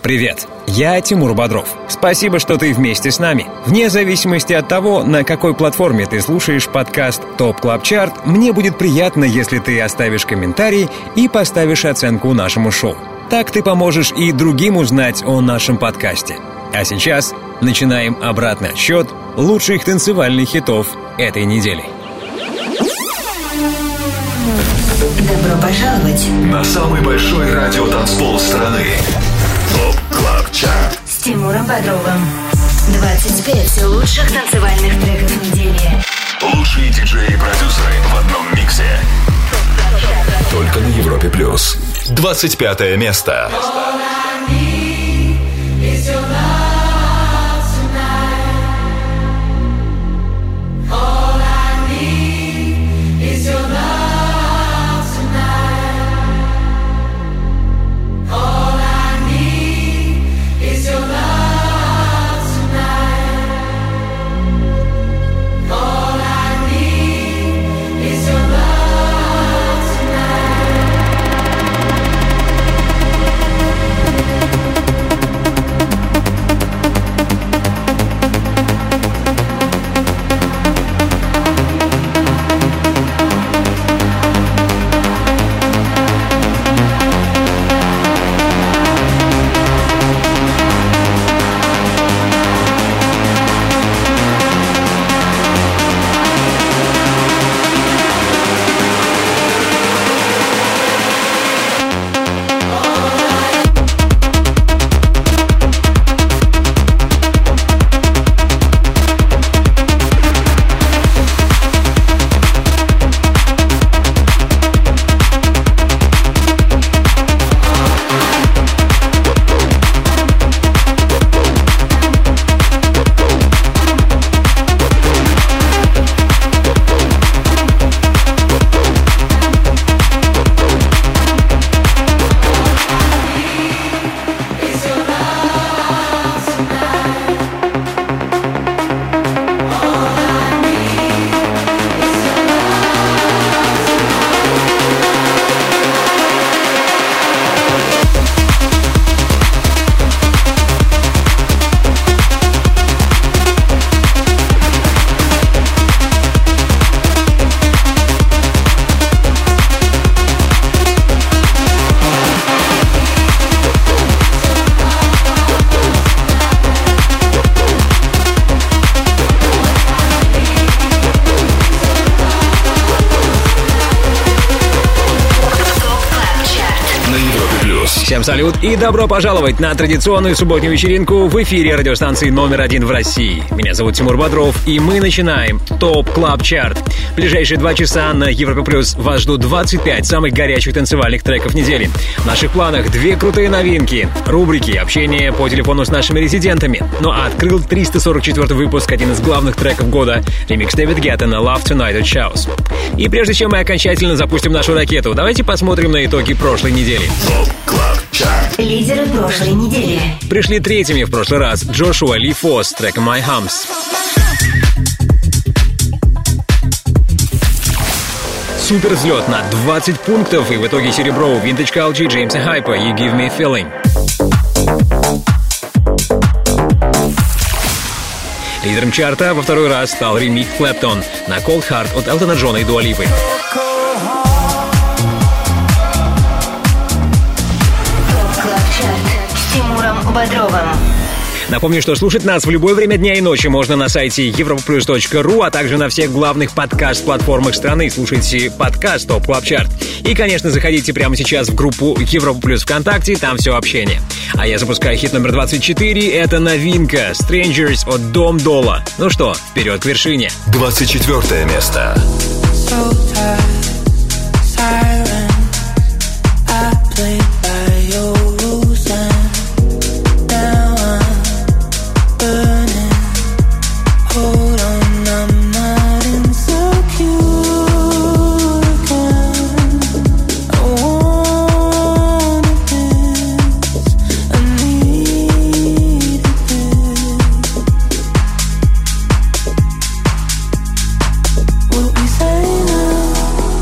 Привет, я Тимур Бодров. Спасибо, что ты вместе с нами. Вне зависимости от того, на какой платформе ты слушаешь подкаст Top Club Chart, мне будет приятно, если ты оставишь комментарий и поставишь оценку нашему шоу. Так ты поможешь и другим узнать о нашем подкасте. А сейчас начинаем обратный отсчет лучших танцевальных хитов этой недели. Добро пожаловать на самый большой радиотанцпол страны. Top Club Chart с Тимуром Бодровым. 25 лучших танцевальных треков недели. Лучшие диджеи и продюсеры в одном миксе. Только на Европе Плюс. 25 место. Всем салют и добро пожаловать на традиционную субботнюю вечеринку в эфире радиостанции номер 1 в России. Меня зовут Тимур Бодров, и мы начинаем Top Club Chart. В ближайшие 2 часа на Европе Плюс вас ждут 25 самых горячих танцевальных треков недели. В наших планах 2 крутые новинки, рубрики, общение по телефону с нашими резидентами. Ну а открыл 344 выпуск один из главных треков года — ремикс Дэвид Гетта на Love Tonight от Shouse. И прежде чем мы окончательно запустим нашу ракету, давайте посмотрим на итоги прошлой недели. Лидеры прошлой недели. Пришли третьими в прошлый раз Джошуа Ли Фос с треком My Humps. Супер взлет на 20 пунктов, и в итоге серебро у Vintage Culture Джеймса Хайпа You Give Me Feeling. Лидером чарта во второй раз стал ремикс Clapton на Cold Heart от Элтона Джона и Дуа Липы. С Тимуром Бодровым. Напомню, что слушать нас в любое время дня и ночи можно на сайте europaplus.ru, а также на всех главных подкаст-платформах страны. Слушайте подкаст Top Club Chart. И, конечно, заходите прямо сейчас в группу Европа Плюс ВКонтакте, там все общение. А я запускаю хит номер 24, это новинка Strangers от Дом Дола. Ну что, вперед к вершине. 24 место. What we say now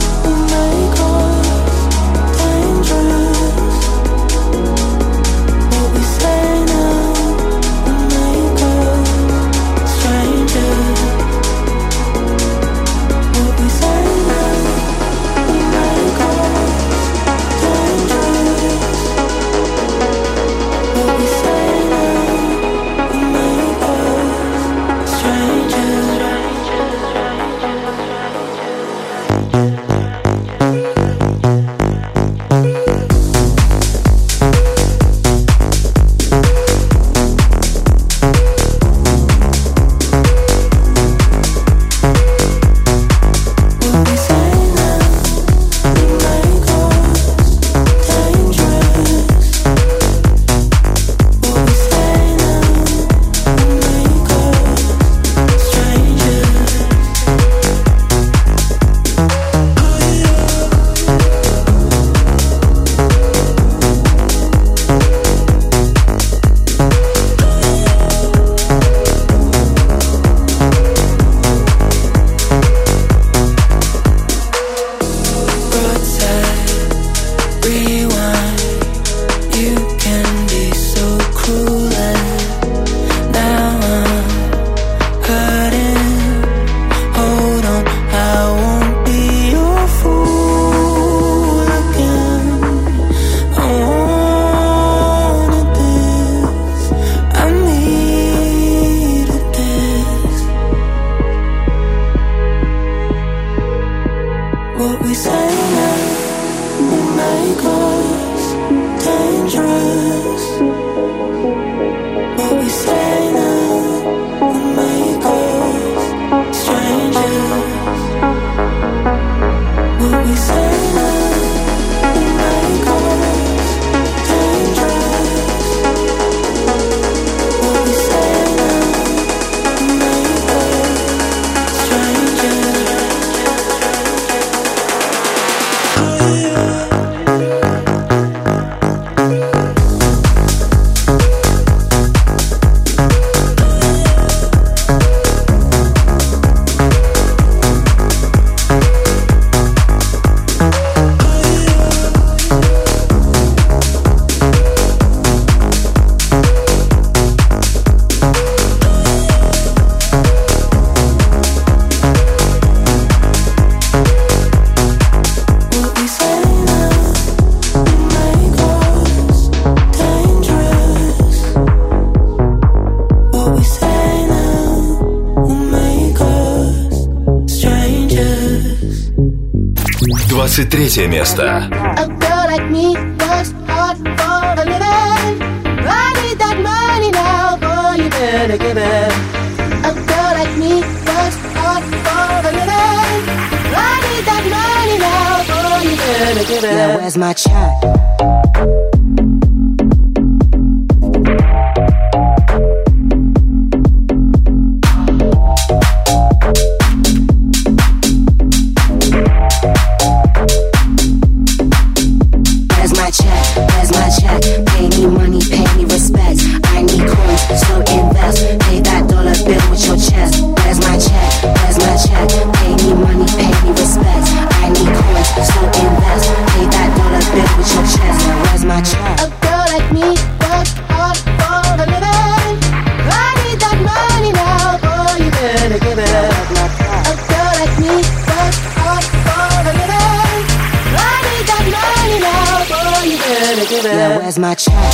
23 место. A girl like me works hard for a living. I need that money now, boy, you better give it. A girl like me works hard for a living. I need that money now, boy, you better give it. Now where's my check? Pay me money, pay me respect. I need coins, so invest. Pay that dollar bill with your chest. Where's my check? Where's my check? Pay me money, pay me respect. I need coins, so invest. Pay that dollar bill with your chest. Now where's my check? A girl like me works hard for a living. I need that money now, boy, you better give it up. A girl like me works hard for a living. I need that money now, boy, you better give it up. Now where's my check?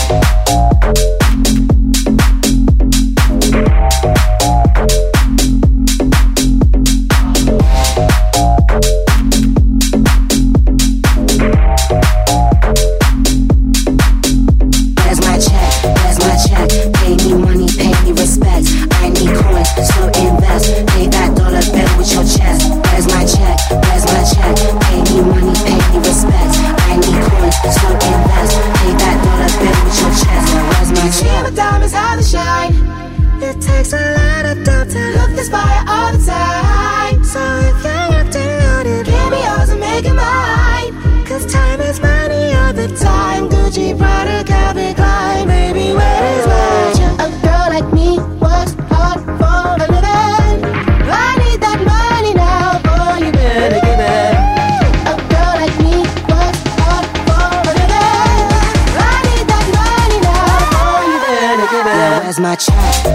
My check.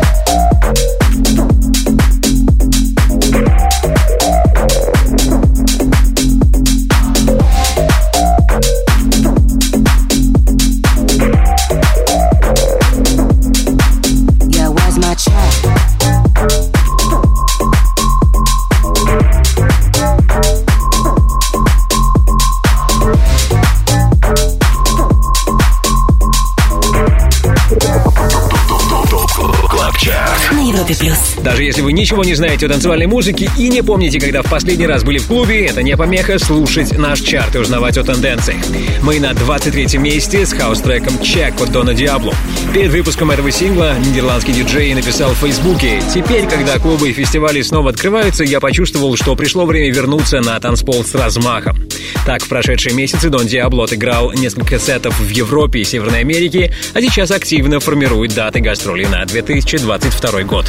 Даже если вы ничего не знаете о танцевальной музыке и не помните, когда в последний раз были в клубе, это не помеха слушать наш чарт и узнавать о тенденциях. Мы на 23-м месте с хаус-треком «Check» от Дона Диабло. Перед выпуском этого сингла нидерландский диджей написал в Фейсбуке: «Теперь, когда клубы и фестивали снова открываются, я почувствовал, что пришло время вернуться на танцпол с размахом». Так, в прошедшие месяцы Дон Диабло отыграл несколько сетов в Европе и Северной Америке, а сейчас активно формирует даты гастролей на 2022 год.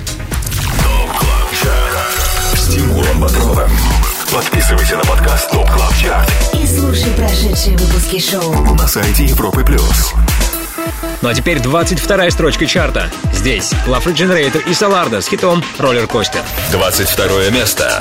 С Тимуром Бодровым. Подписывайся на подкаст Top Club Chart и слушай прошедшие выпуски шоу на сайте Европы+. Ну а теперь 22-я строчка чарта. Здесь Love Regenerator и Solarda с хитом «Roller Coaster». 22 место.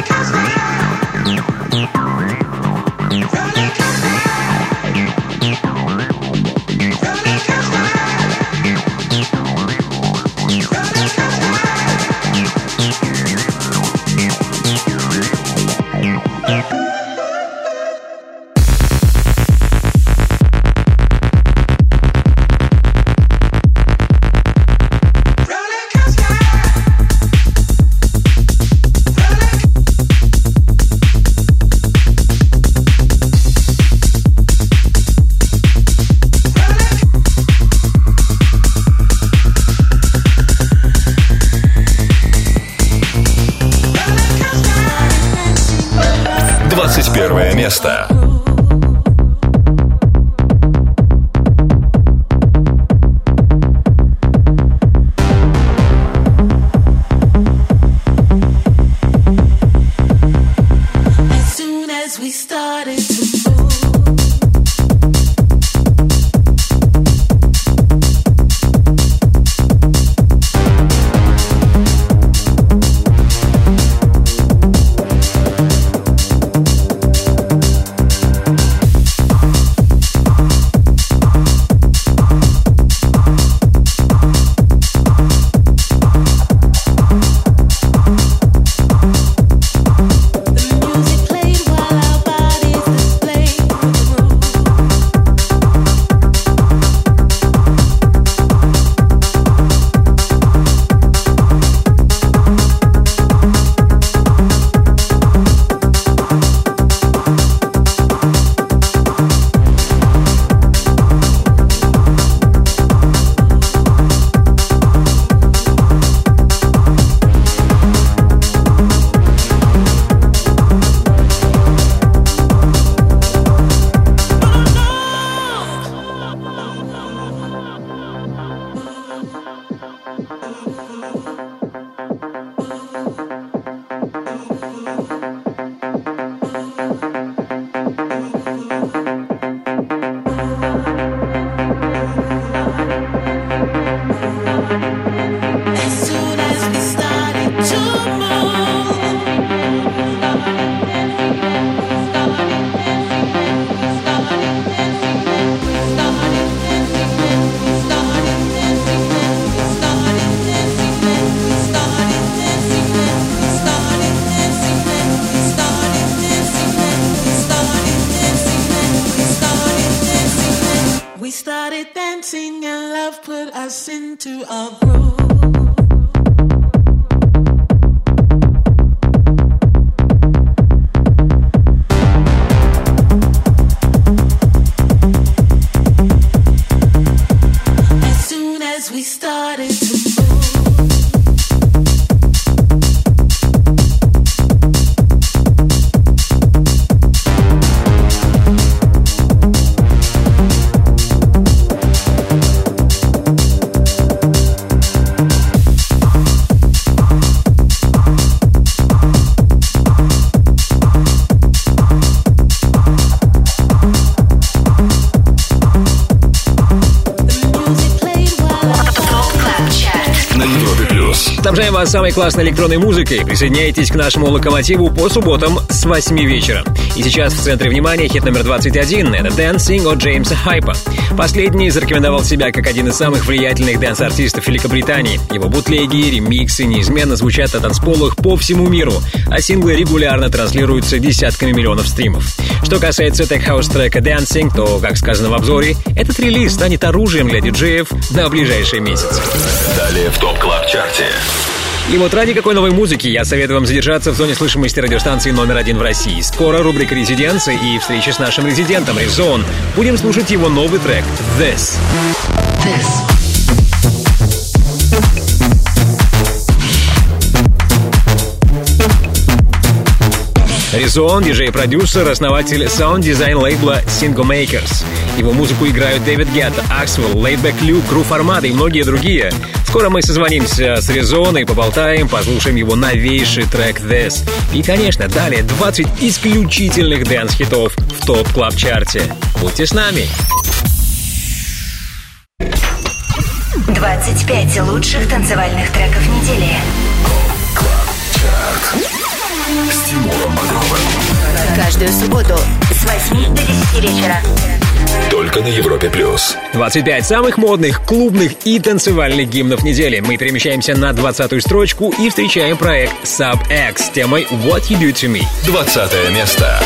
Место. Снабжаем вас самой классной электронной музыкой. Присоединяйтесь к нашему локомотиву по субботам с 8 вечера. И сейчас в центре внимания хит номер 21. Это «Dancing» от Джеймса Хайпа. Последний зарекомендовал себя как один из самых влиятельных дэнс-артистов Великобритании. Его бутлеги, ремиксы неизменно звучат на танцполах по всему миру, а синглы регулярно транслируются десятками миллионов стримов. Что касается тех-хаус-трека «Dancing», то, как сказано в обзоре, этот релиз станет оружием для диджеев на ближайшие месяцы. Далее в ТОП-клаб-чарте. И вот ради какой новой музыки я советую вам задержаться в зоне слышимости радиостанции номер 1 в России. Скоро рубрика «Резиденция» и встреча с нашим резидентом Резон. Будем слушать его новый трек «This». Резон, диджей-продюсер, основатель саунд-дизайн лейбла Single Makers. Его музыку играют Дэвид Гетта, Axwell, Laidback Luke, Groove Armada и многие другие. Скоро мы созвонимся с Резоном и поболтаем, послушаем его новейший трек «This». И, конечно, далее 20 исключительных дэнс-хитов в ТОП-клаб-чарте. Будьте с нами! 25 лучших танцевальных треков недели. с Тимуром Бодровым. Каждую субботу с 8 до 10 вечера. Только на Европе+. 25 самых модных, клубных и танцевальных гимнов недели. Мы перемещаемся на 20-ю строчку и встречаем проект Sub X с темой What You Do To Me. 20-е место.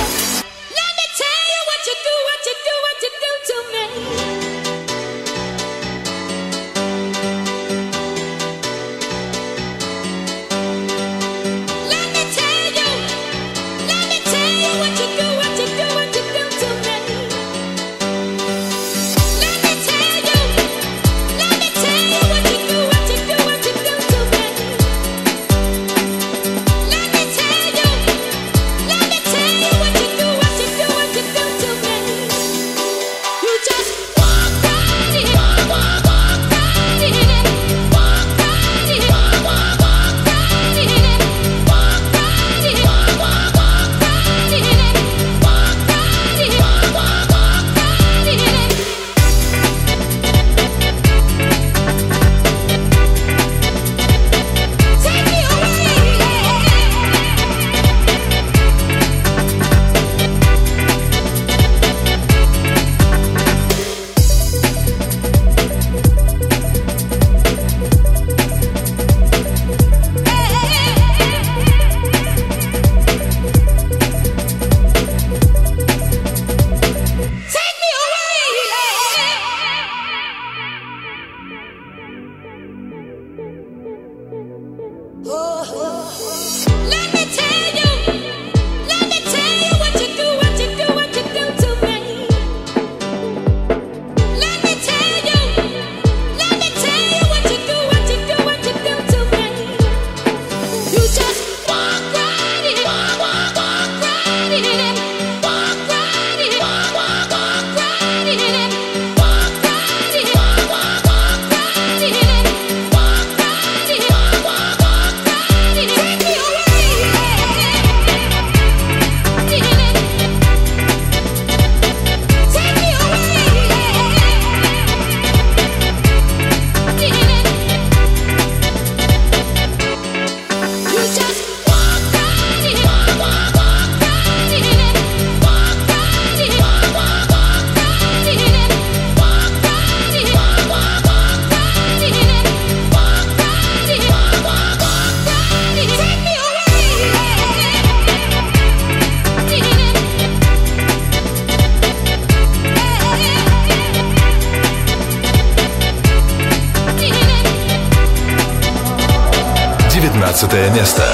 место.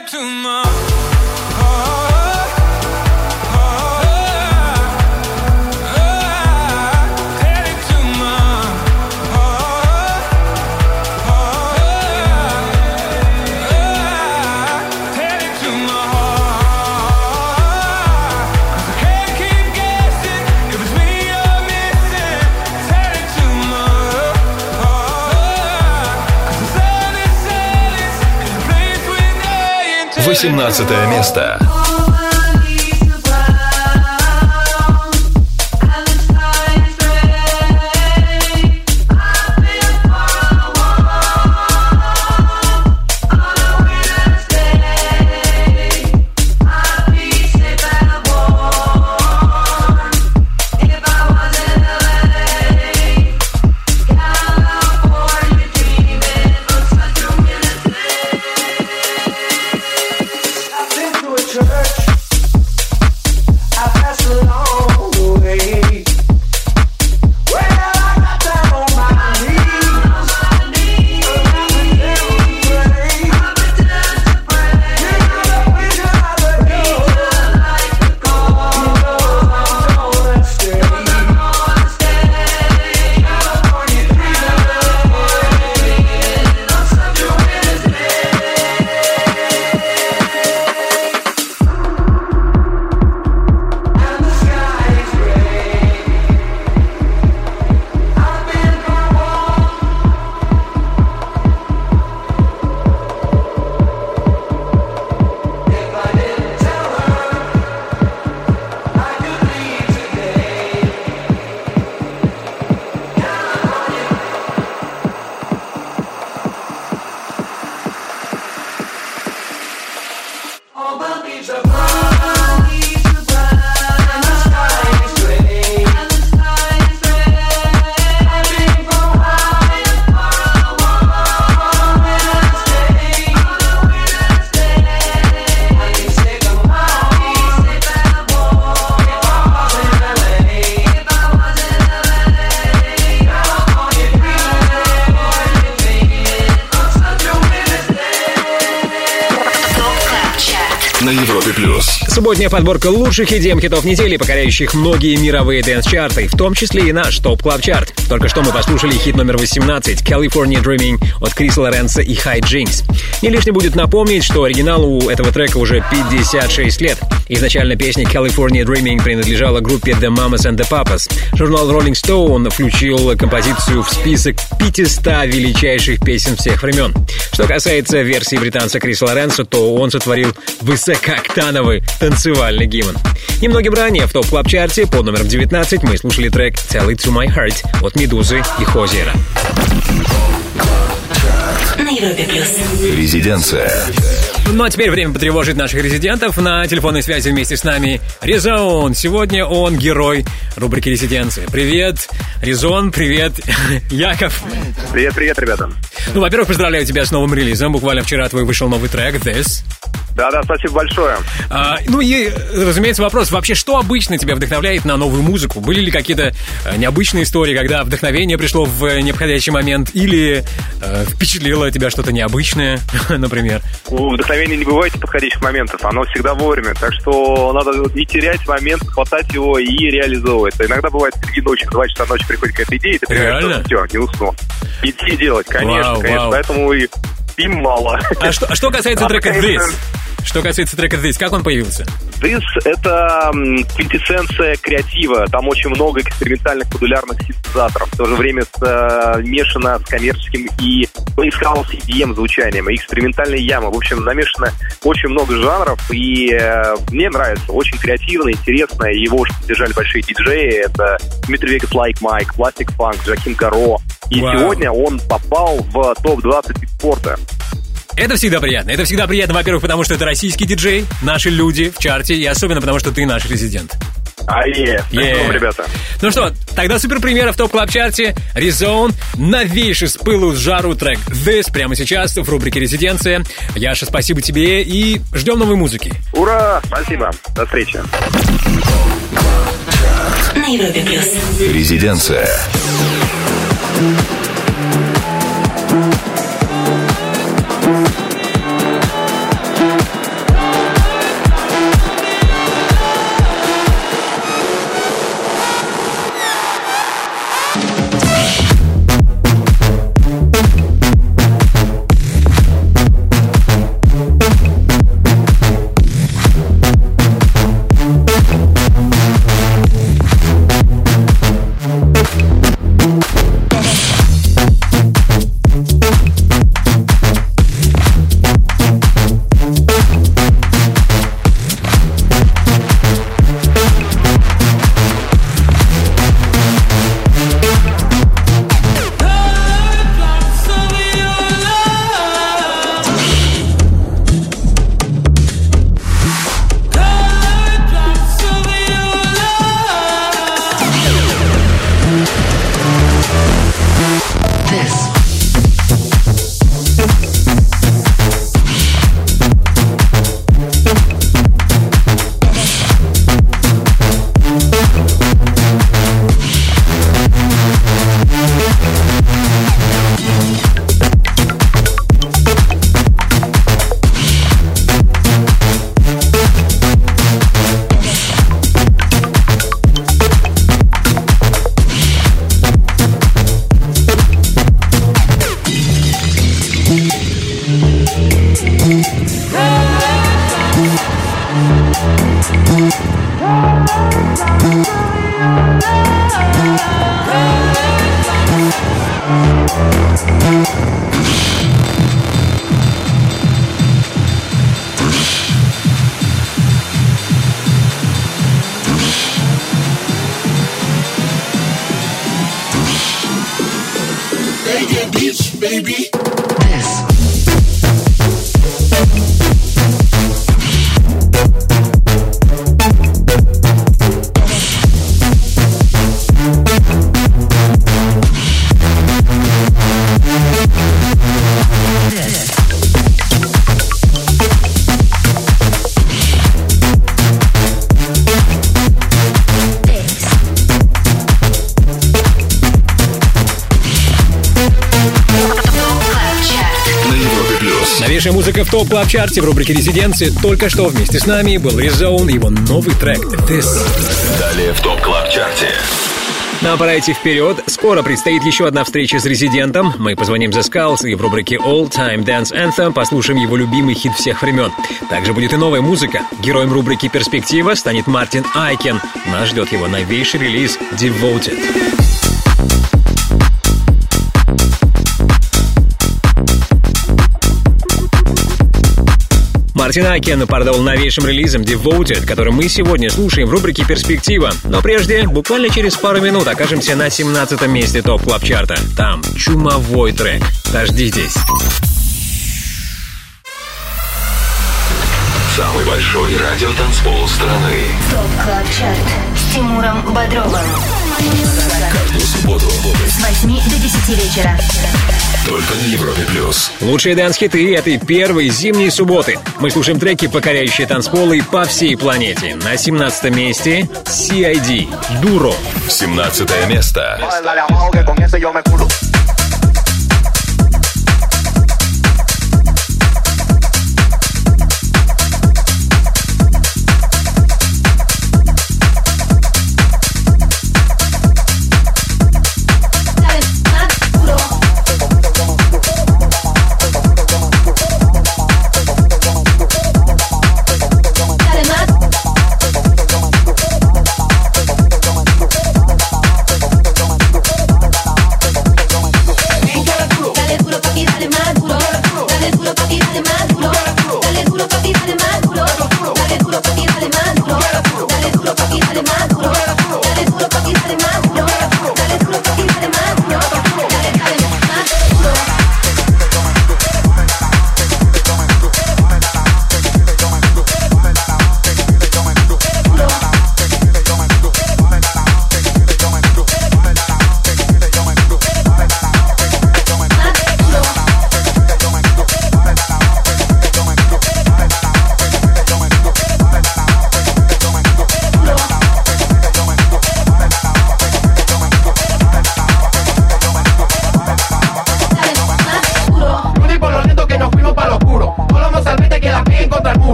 Восемнадцатое место. Субботняя подборка лучших EDM-хитов недели, покоряющих многие мировые дэнс-чарты, в том числе и наш топ-клаб-чарт. Только что мы послушали хит номер 18 «California Dreaming» от Криса Лоренса и High Jinx. Не лишне будет напомнить, что оригиналу этого трека уже 56 лет. Изначально песня «California Dreaming» принадлежала группе The Mamas and the Papas. Журнал Rolling Stone включил композицию в список 500 величайших песен всех времен. Что касается версии британца Криса Лоренса, то он сотворил высокооктановый танцевальный гимн. Немногим ранее в топ-клаб-чарте под номером 19 мы слушали трек «Tell It To My Heart» от Медузы и Хозиера. Резиденция. Ну а теперь время потревожить наших резидентов. На телефонной связи вместе с нами Резон. Сегодня он герой рубрики «Резиденция». Привет, Резон, привет, Яков. Привет, ребята. Ну, во-первых, поздравляю тебя с новым релизом. Буквально вчера твой вышел новый трек «This». Да, спасибо большое. Ну и, разумеется, вопрос. Вообще, что обычно тебя вдохновляет на новую музыку? Были ли какие-то необычные истории, когда вдохновение пришло в неподходящий момент? Или впечатлило тебя что-то необычное, например? У вдохновения не бывает подходящих моментов. Оно всегда вовремя. Так что надо не терять момент, хватать его и реализовывать. Иногда бывает среди ночи, в 2 часа ночи приходит какая-то идея, и ты понимаешь, что все, не усну. Идти делать, конечно. Поэтому и им мало. А что касается трека «This»? Что касается трека «This», как он появился? «This» — это квинтэссенция креатива. Там очень много экспериментальных модулярных синтезаторов. В то же время смешано с коммерческим и хаус EDM звучанием, и экспериментальной ямы. В общем, намешано очень много жанров, и мне нравится. Очень креативно, интересно. Его уже поддержали большие диджеи. Это Дмитрий Вегас, Like Mike, Plastic Funk, Джаким Каро. И сегодня он попал в топ-20 спорта. Это всегда приятно. Это всегда приятно, во-первых, потому что это российский диджей, наши люди в чарте, и особенно потому, что ты наш резидент. Ребята. Ну что, тогда супер премьера в топ-клаб-чарте. Резон, новейший с пылу с жару трек «This» прямо сейчас в рубрике «Резиденция». Яша, спасибо тебе и ждем новой музыки. Ура! Спасибо. До встречи. На Европе Плюс. Резиденция. Baby. Новейшая музыка в ТОП Клаб Чарте в рубрике «Резиденции». Только что вместе с нами был Резон и его новый трек «This». Далее в ТОП Клаб Чарте. Нам пора идти вперед. Скоро предстоит еще одна встреча с Резидентом. Мы позвоним The Skulls и в рубрике All Time Dance Anthem послушаем его любимый хит всех времен. Также будет и новая музыка. Героем рубрики «Перспектива» станет Мартин Айкен. Нас ждет его новейший релиз «Devoted». Мартин Айкен порадовал новейшим релизом Devoted, который мы сегодня слушаем в рубрике «Перспектива». Но прежде, буквально через пару минут окажемся на 17-м месте ТОП Клаб Чарта. Там чумовой трек. Дождитесь. Самый большой радиотанцпол страны. ТОП Клаб Чарт с Тимуром Бодровым. Каждую субботу С 8 до 10 вечера. только на Европе+. Лучшие дэнс-хиты этой первой зимней субботы. Мы слушаем треки, покоряющие танцполы по всей планете. На 17-м месте CID «Дуро». 17-е место.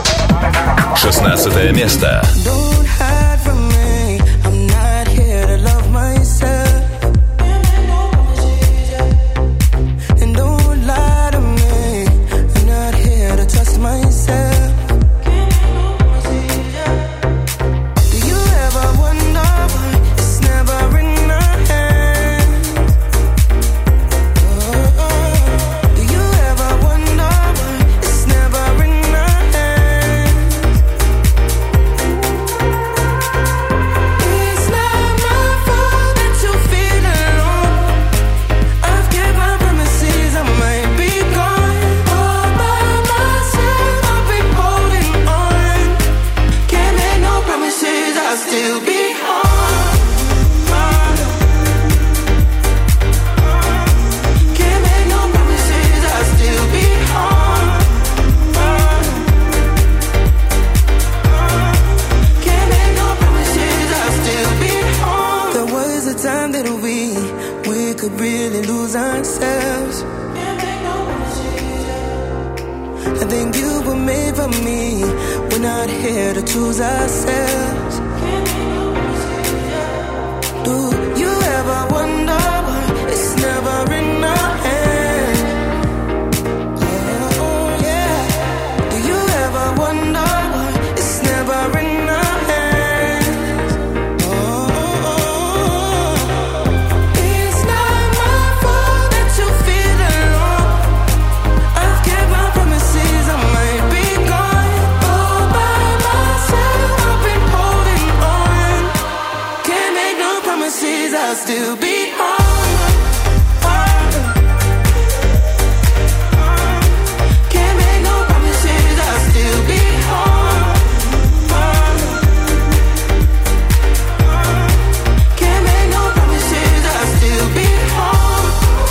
Место. Don't hide from me. I'm not here to choose ourselves. Do you ever wonder why it's never in our hands? Oh yeah. Do you ever wonder why it's never in our hands? Oh, it's not my fault that you feel alone. I've kept my promises, I might be gone all by myself. I've been holding on. Can't make no promises, I'll still be home. Can't make no promises, I'll still be home. Can't make no promises, I'll still be home.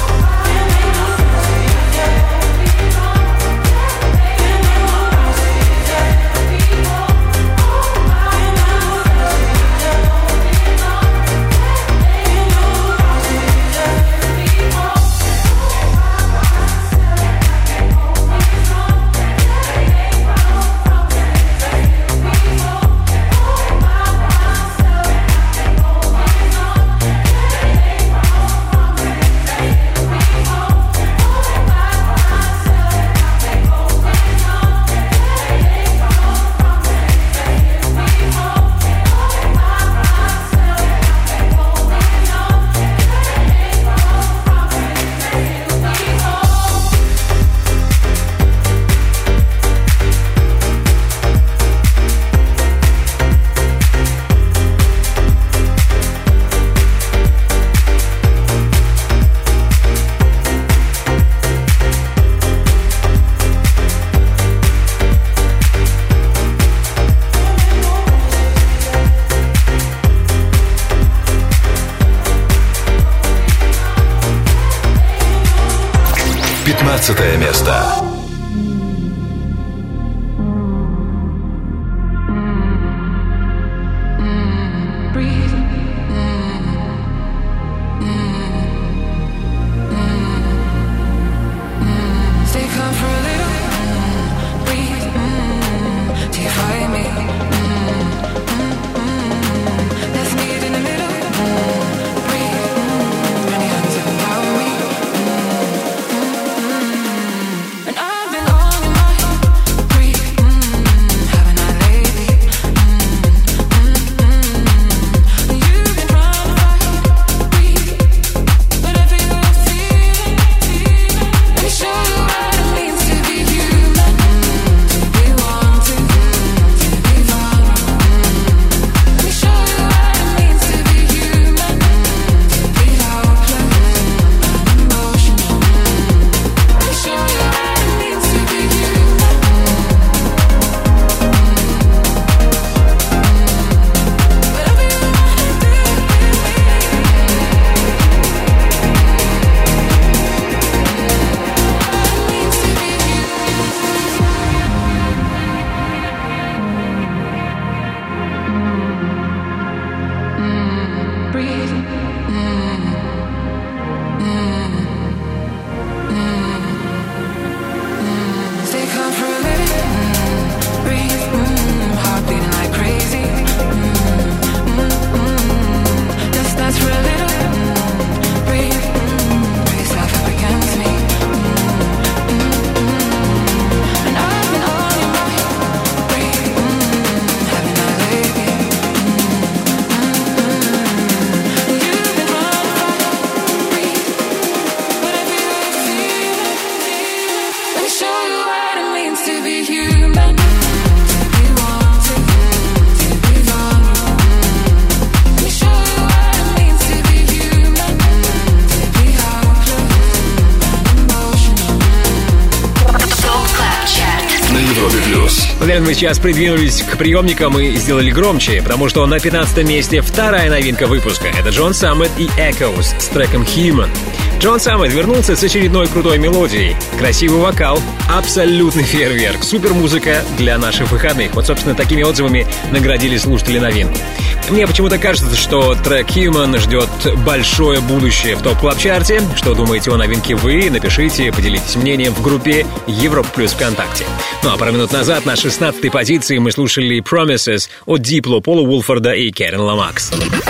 Пятнадцатое место. Уверен, вы сейчас придвинулись к приемникам и сделали громче, потому что на 15 месте вторая новинка выпуска. Это Джон Саммет и Echoes с треком Human. Джон Саммет вернулся с очередной крутой мелодией. Красивый вокал, абсолютный фейерверк, супермузыка для наших выходных. Вот, собственно, такими отзывами наградили слушатели новинку. Мне почему-то кажется, что трек Human ждет большое будущее в топ-клаб-чарте. Что думаете о новинке вы? Напишите, поделитесь мнением в группе Европа Плюс ВКонтакте. Ну а пару минут назад на 16-й позиции мы слушали Promises от Дипло, Пола Уолфорда и Кэрен Ломакс.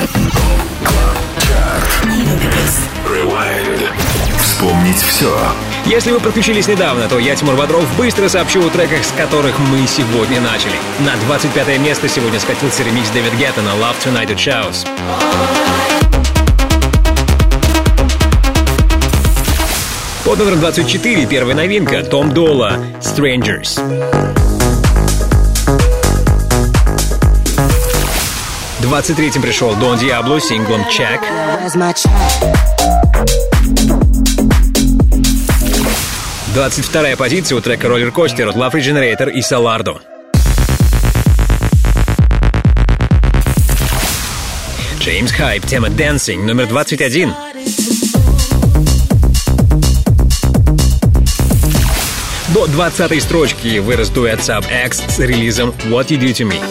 Вспомнить все. Если вы подключились недавно, то я, Тимур Бодров, быстро сообщу о треках, с которых мы сегодня начали. На 25 место сегодня скатился ремикс Дэвид Гетта на Love Tonight от Shouse. Под номером 24 первая новинка Том Дола Strangers. 23-м пришел Дон Диабло с синглом Check. 22-я позиция у трека Roller Coaster от Love Regenerator и Solardo. Джеймс Хайп, тема Dancing, номер 21. До 20-й строчки вырос дуэт Sub X с релизом What You Do To Me.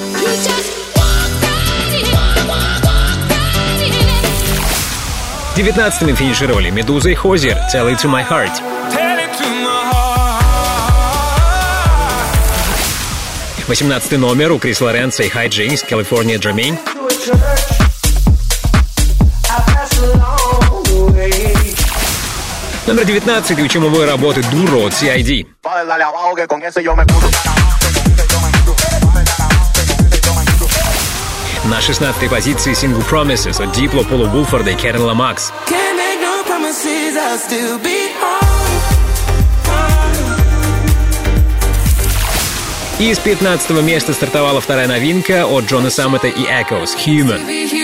19-ми финишировали Медуза и Хозер, Tell It To My Heart. 18-й номер у Крис Лоренса и High Jinx, California Dreaming. Номер 19 у чумовой работы Дуро от CID. На 16-й позиции сингл Promises от Дипло, Пола Уолфорда и Кэрен Ломакс. И с 15-го места стартовала вторая новинка от Джона Саммета и Echoes Human.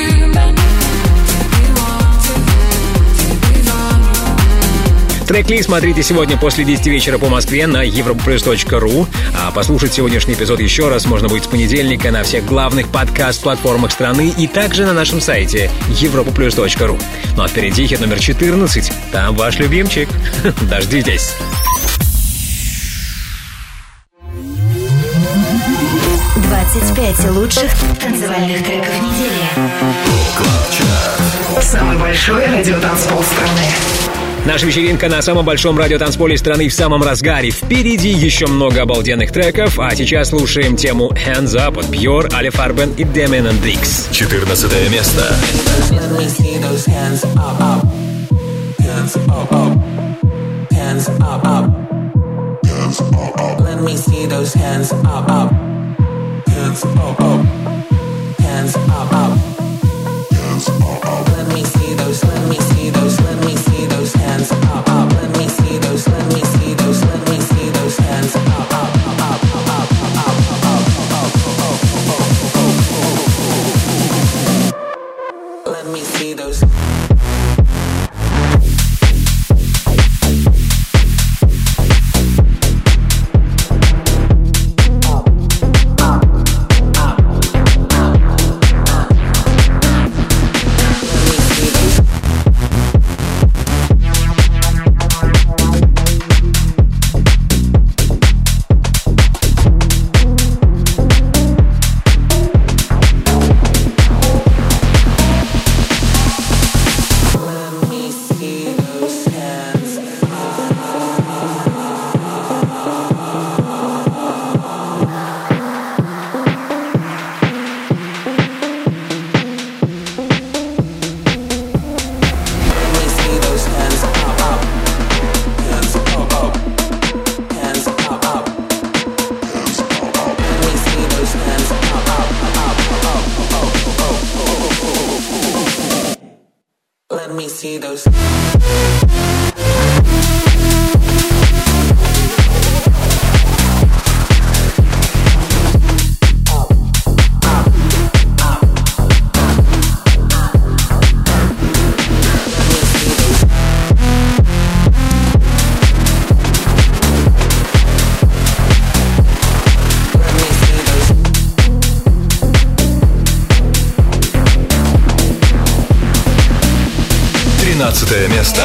Трек-лист смотрите сегодня после 10 вечера по Москве на europaplus.ru. А послушать сегодняшний эпизод еще раз можно будет с понедельника на всех главных подкаст-платформах страны и также на нашем сайте europaplus.ru. Ну а впереди хит номер 14. Там ваш любимчик. Дождитесь. 25 лучших танцевальных треков недели. Самый большой радиотанцпол страны. Наша вечеринка на самом большом радиотанцполе страны в самом разгаре. Впереди еще много обалденных треков, а сейчас слушаем тему Hands Up от Pure, Ali Farben и Damien and Dix. 14 место. Let me see those hands up, up. Hands up, up. Hands up, up. Hands up, up. Let me see those, let me see those, let me see those hands up, up. Let me see those, let me see those, let me see those hands up, up, up, up, up, up. Let me see those. 12 место.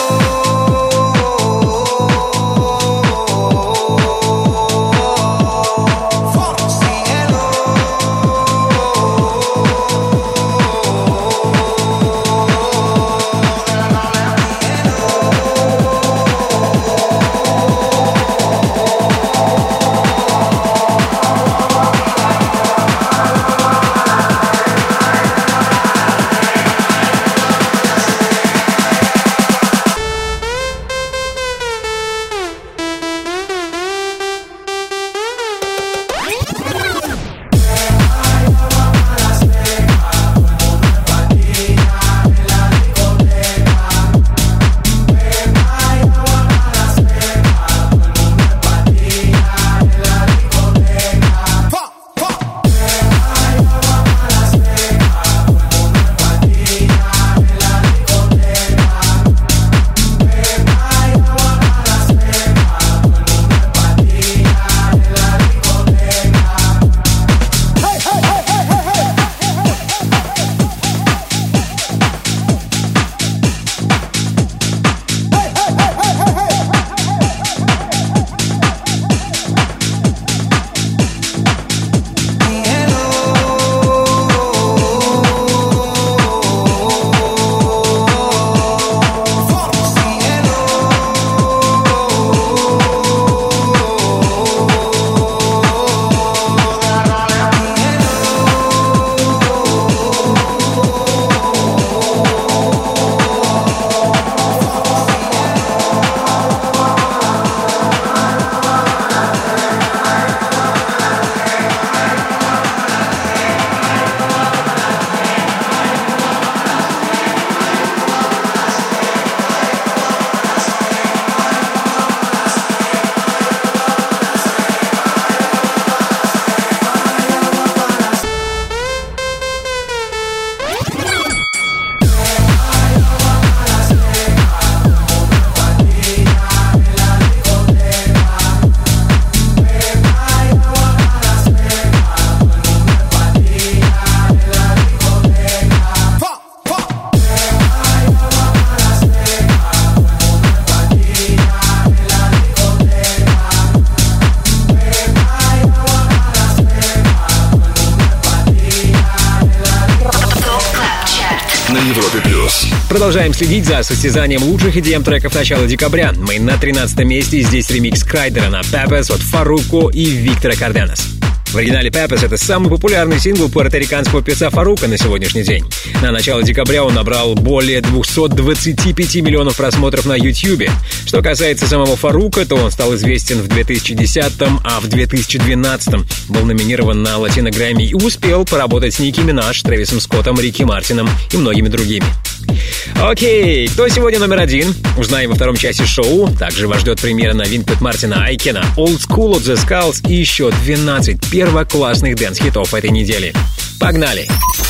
Продолжаем следить за состязанием лучших EDM-треков начала декабря. Мы на 13 месте, здесь ремикс Крайдера на Peppers от Фаруко и Виктора Карденас. В оригинале Peppers — это самый популярный сингл пуэрториканского певца Фаруко на сегодняшний день. На начало декабря он набрал более 225 миллионов просмотров на YouTube. Что касается самого Фаруко, то он стал известен в 2010-м, а в 2012-м был номинирован на Латино Грэмми и успел поработать с Ники Минаж, Трэвисом Скоттом, Рики Мартином и многими другими. Окей, кто сегодня номер один? Узнаем во втором часе шоу. Также вас ждет премьера новинки от Мартина Айкена, Old School от The Skulls и еще 12 первоклассных дэнс-хитов этой недели. Погнали!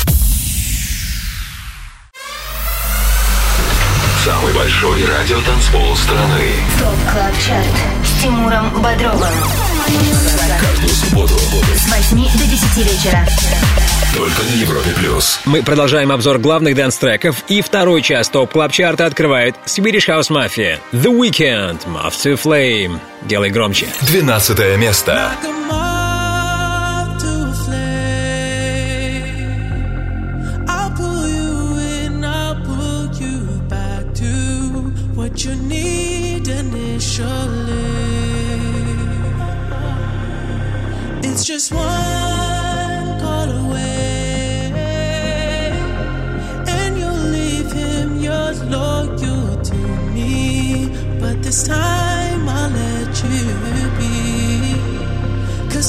Самый большой радиотанцпол страны. ТОП Клаб Чарт с Тимуром Бодровым. Каждую субботу С 8 до 10 вечера. только на Европе+. Мы продолжаем обзор главных дэнс-треков, и второй час ТОП Клаб Чарта открывает Swedish House Mafia, The Weeknd, Moth to Flame. Делай громче. 12 место. You need initially. It's just one call away, and you'll leave him. You're loyal to me, but this time I'll let you be. 'Cause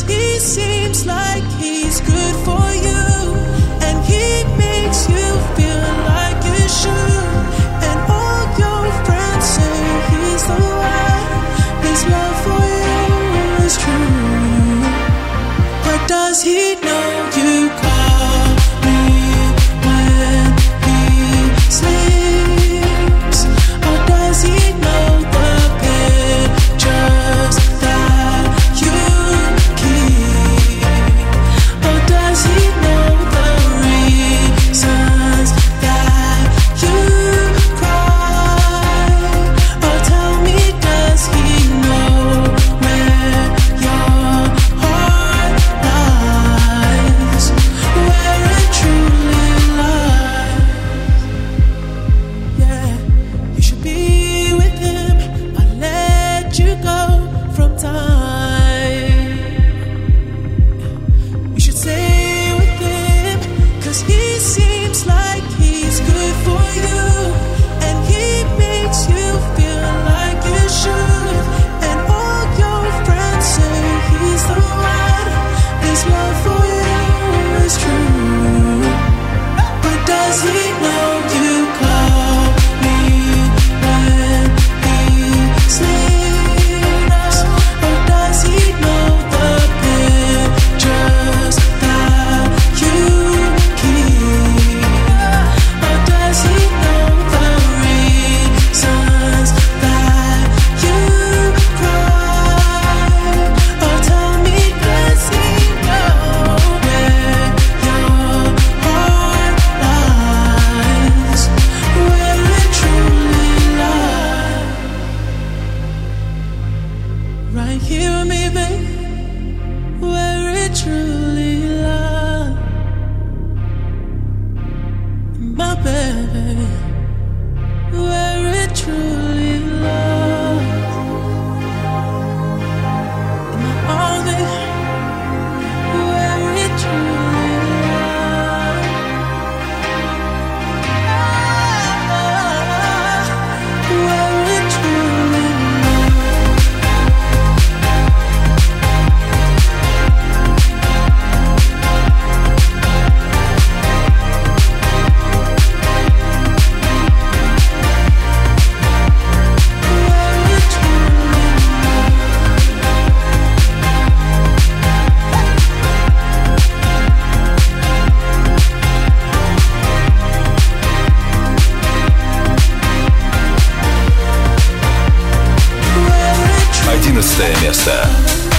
Место.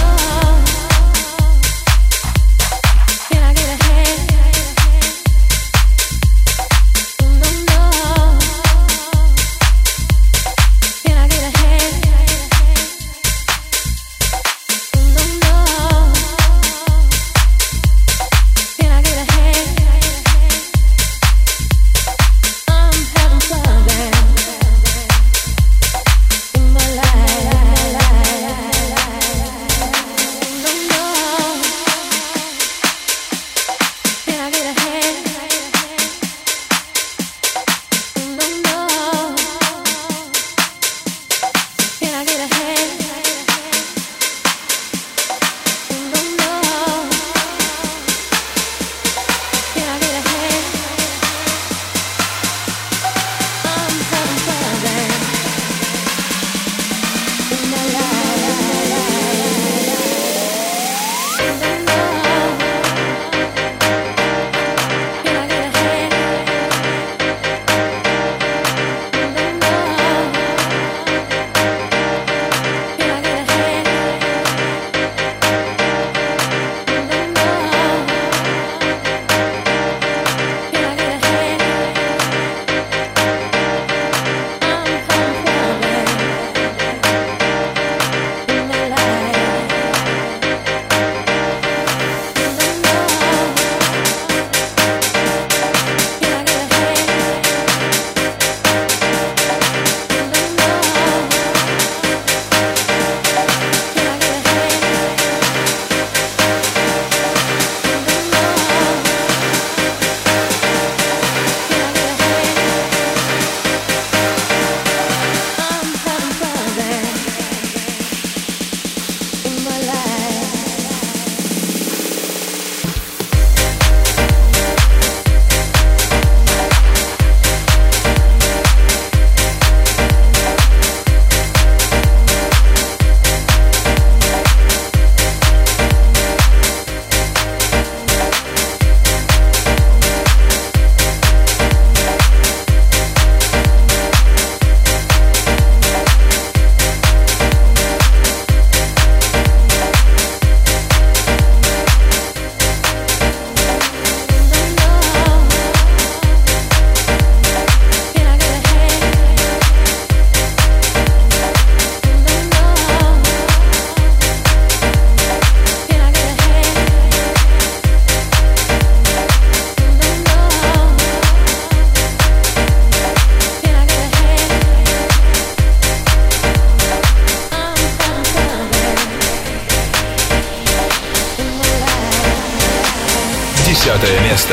Десятое место.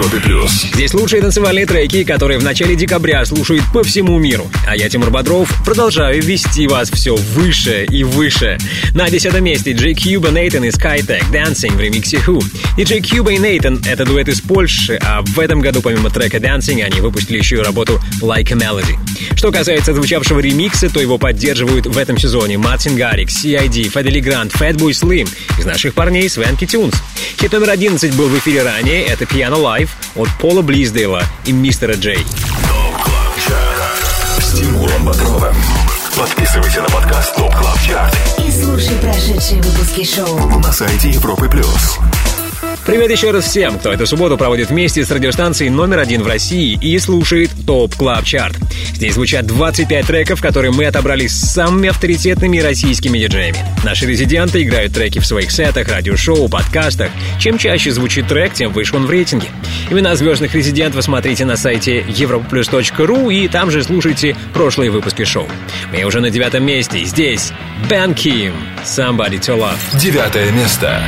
Европе+. Здесь лучшие танцевальные треки, которые в начале декабря слушают по всему миру. А я, Тимур Бодров, продолжаю вести вас все выше и выше. На 10-м месте Джей Кьюба, Нейтан и Skytech Dancing в ремиксе Who. И Джей Кьюба и Нейтан — это дуэт из Польши, а в этом году помимо трека Dancing они выпустили еще и работу Like a Melody. Что касается звучавшего ремикса, то его поддерживают в этом сезоне Мартин Гаррикс, C.I.D., Федели Грант, Fatboy Slim, из наших парней Свенки Тюнс. Хит номер 11 был в эфире ранее, это Piano Live от Пола Близдейла и Мистера Джей. С Тимуром Бодровым. Подписывайся на подкаст Top Club Chart И слушай прошедшие выпуски шоу на сайте Европы+. Привет еще раз всем, кто эту субботу проводит вместе с радиостанцией номер 1 в России и слушает Top Club Chart. Здесь звучат 25 треков, которые мы отобрали с самыми авторитетными российскими диджеями. Наши резиденты играют треки в своих сетах, радиошоу, подкастах. Чем чаще звучит трек, тем выше он в рейтинге. Имена звездных резидентов смотрите на сайте europaplus.ru и там же слушайте прошлые выпуски шоу. Мы уже на 9-м месте. Здесь Бен Ким, Somebody to Love. 9 место.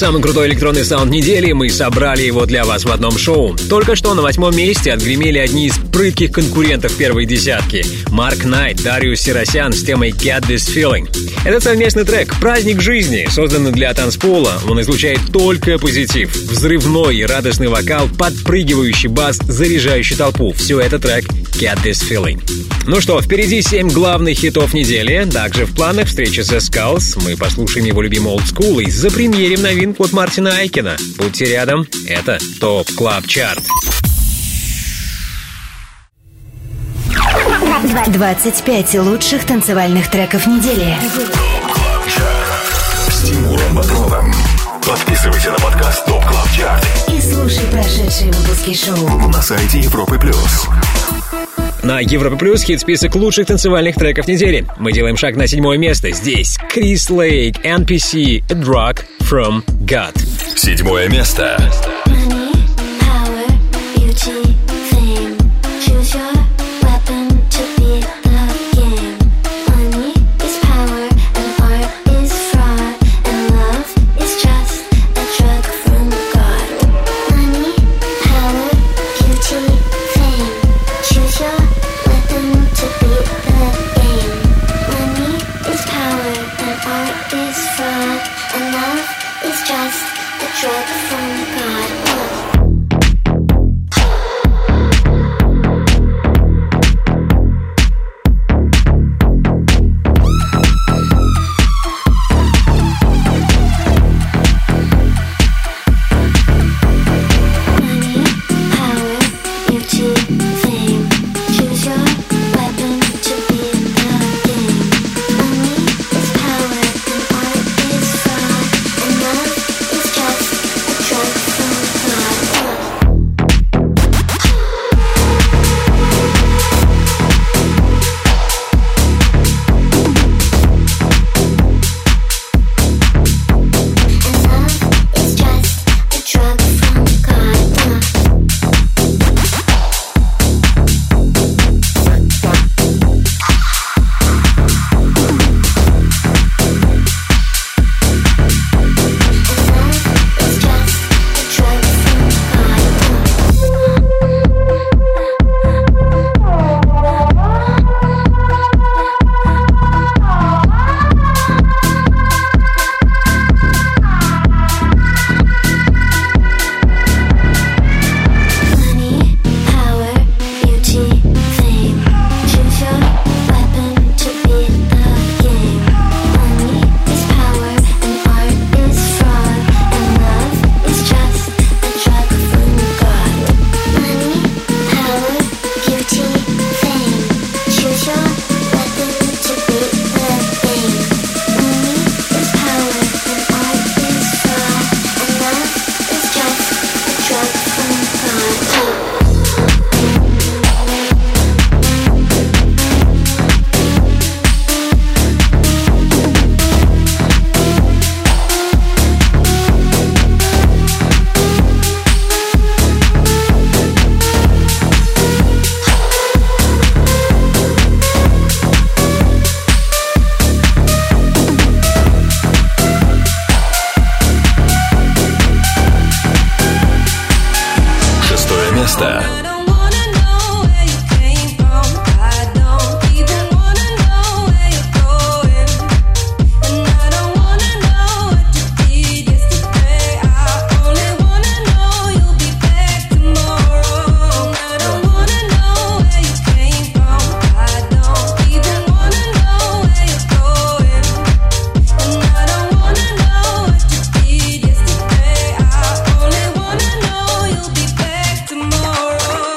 Самый крутой электронный саунд недели, мы собрали его для вас в одном шоу. Только что на 8-м месте отгремели одни из прытких конкурентов первой десятки. Марк Найт, Дариус Сиросян с темой Get This Feeling. Этот совместный трек «Праздник жизни», созданный для танцпола. Он излучает только позитив. Взрывной и радостный вокал, подпрыгивающий бас, заряжающий толпу. Все это трек Get This Feeling. Ну что, впереди 7 главных хитов недели. Также в планах встреча со Skulls. Мы послушаем его любимый Old School и запремьерим новинку от Мартина Айкена. Будьте рядом, это ТОП Клаб Чарт. 25 лучших танцевальных треков недели. С Тимуром Бодровым. Подписывайся на подкаст ТОП Клаб Чарт И слушай прошедшие выпуски шоу на сайте Европы+. На Европа Плюс хит-список лучших танцевальных треков недели. Мы делаем шаг на 7-е место. Здесь Крис Лейк, NPC, A Drug From God. 7-е место. Money, power, beauty, fame. Choose your weapon to beat the game. Money is power and art is fraud and love is just a drug from God. Money, power, beauty, fame. Choose your weapon to beat the game. Money is power and art is fraud and love is just a drug from God. Money, power, beauty, fame. Choose your weapon to beat the game. Money is power and art is fraud and love is just a drug from God. And love is just a drug from God. It's just a drug from Money, power, beauty, fame. Choose your weapon to beat the game. Money is power and art is fraud and love is just a drug from God. Money, power, beauty, fame. Choose your weapon to beat the game. Money is power and art is fraud and love is just a drug from God. Шестое место. I don't wanna know where you came from. I don't even wanna know where you're going. And I don't wanna know what you did yesterday. I only wanna know you'll be back tomorrow. I don't wanna know where you came from. I don't even wanna know where you're going. And I don't wanna know what you did yesterday. I only wanna know you'll be back tomorrow.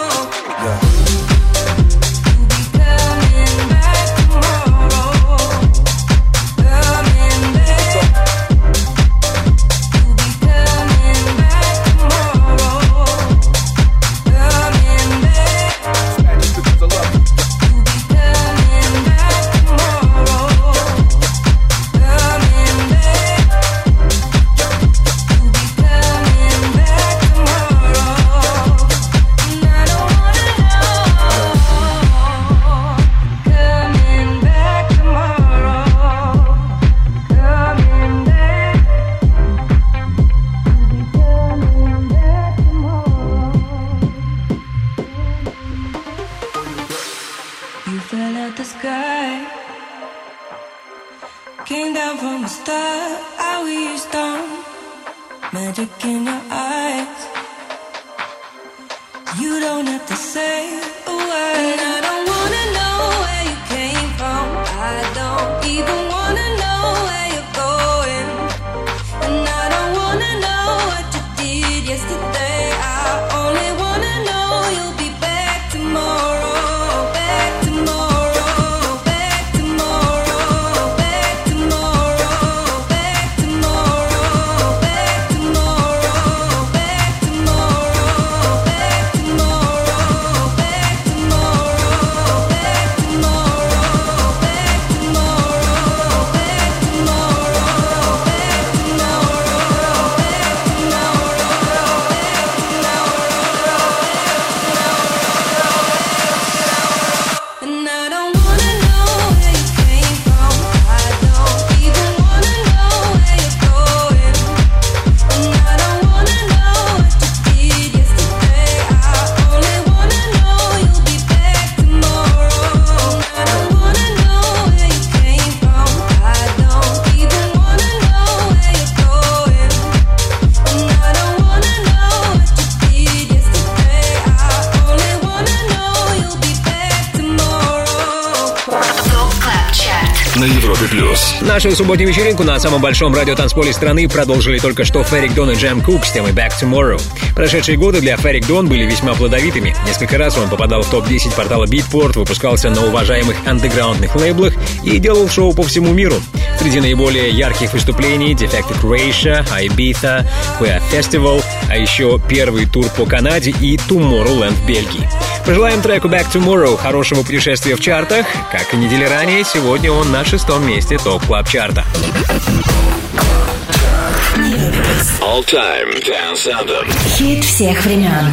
magic in your eyes. You don't have to say a word. I don't wanna know where you came from. I don't even wanna know where you're going. And I don't wanna know what you did yesterday. I only wanna know you'll be back tomorrow. Back tomorrow. Back tomorrow. Back tomorrow. Back tomorrow. Back tomorrow. Back tomorrow. Back tomorrow. Back tomorrow. Back tomorrow. Back tomorrow. Back And I don't wanna know where you came from. I don't even wanna know where you're going. And I don't wanna know what you did yesterday. I only wanna know you'll be back tomorrow. I don't wanna know where you came from. I don't even wanna know where you're going. And I don't wanna know what you did yesterday. I only wanna know you'll be back tomorrow. ТОП КЛАБ ЧАРТ. На Европе плюс. Нашу субботнюю вечеринку на самом большом радиотанцполе страны продолжили только что Феррик Дон и Джем Кук с темой Back Tomorrow. Прошедшие годы для Феррик Дон были весьма плодовитыми. Несколько раз он попадал в топ-10 портала Beatport, выпускался на уважаемых андеграундных лейблах и делал шоу по всему миру. Среди наиболее ярких выступлений Defected Croatia, Ibiza, Queer Festival, а еще первый тур по Канаде и Tomorrowland в Бельгии. Пожелаем треку Back Tomorrow хорошего путешествия в чартах. Как и недели ранее, сегодня он на 6-м месте ТОП Клаб Чарта. All Time Dance Anthem. Хит всех времен.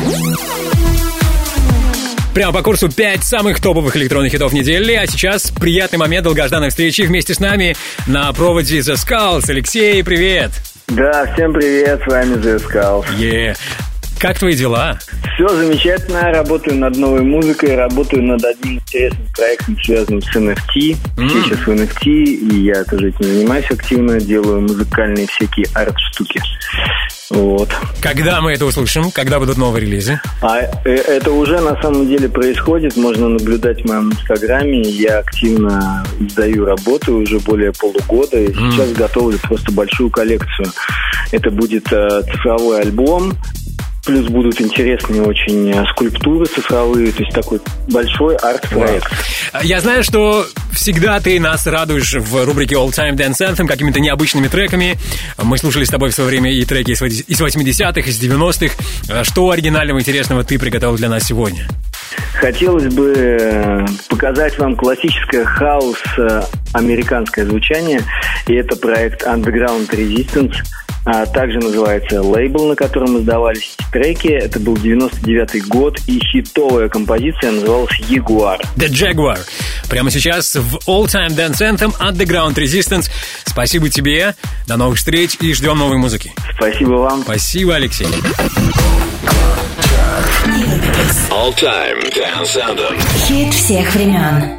Прямо по курсу 5 самых топовых электронных хитов недели. А сейчас приятный момент долгожданной встречи. Вместе с нами на проводе The Skulls. Алексей, привет! Да, всем привет, с вами The Skulls. Как твои дела? Все замечательно, работаю над новой музыкой, работаю над одним интересным проектом, связанным с NFT. Все сейчас в NFT, и я тоже этим занимаюсь активно, делаю музыкальные всякие арт-штуки. Вот. Когда мы это услышим? Когда будут новые релизы? Это уже на самом деле происходит, можно наблюдать в моем инстаграме. Я активно издаю работу уже более полугода, и сейчас готовлю просто большую коллекцию. Это будет цифровой альбом, плюс будут интересные очень скульптуры цифровые, то есть такой большой арт-проект. Я знаю, что всегда ты нас радуешь в рубрике All Time Dance Anthem какими-то необычными треками. Мы слушали с тобой в свое время и треки из 80-х, из 90-х. Что оригинального, интересного ты приготовил для нас сегодня? Хотелось бы показать вам классическое хаос американское звучание, и это проект Underground Resistance. Также называется лейбл, на котором издавались эти треки. Это был 99-й год, и хитовая композиция называлась Jaguar. The Jaguar. Прямо сейчас в All Time Dance Anthem Underground Resistance. Спасибо тебе, до новых встреч и ждем новой музыки. Спасибо вам. Спасибо, Алексей. All Time Dance Anthem. Хит всех времен.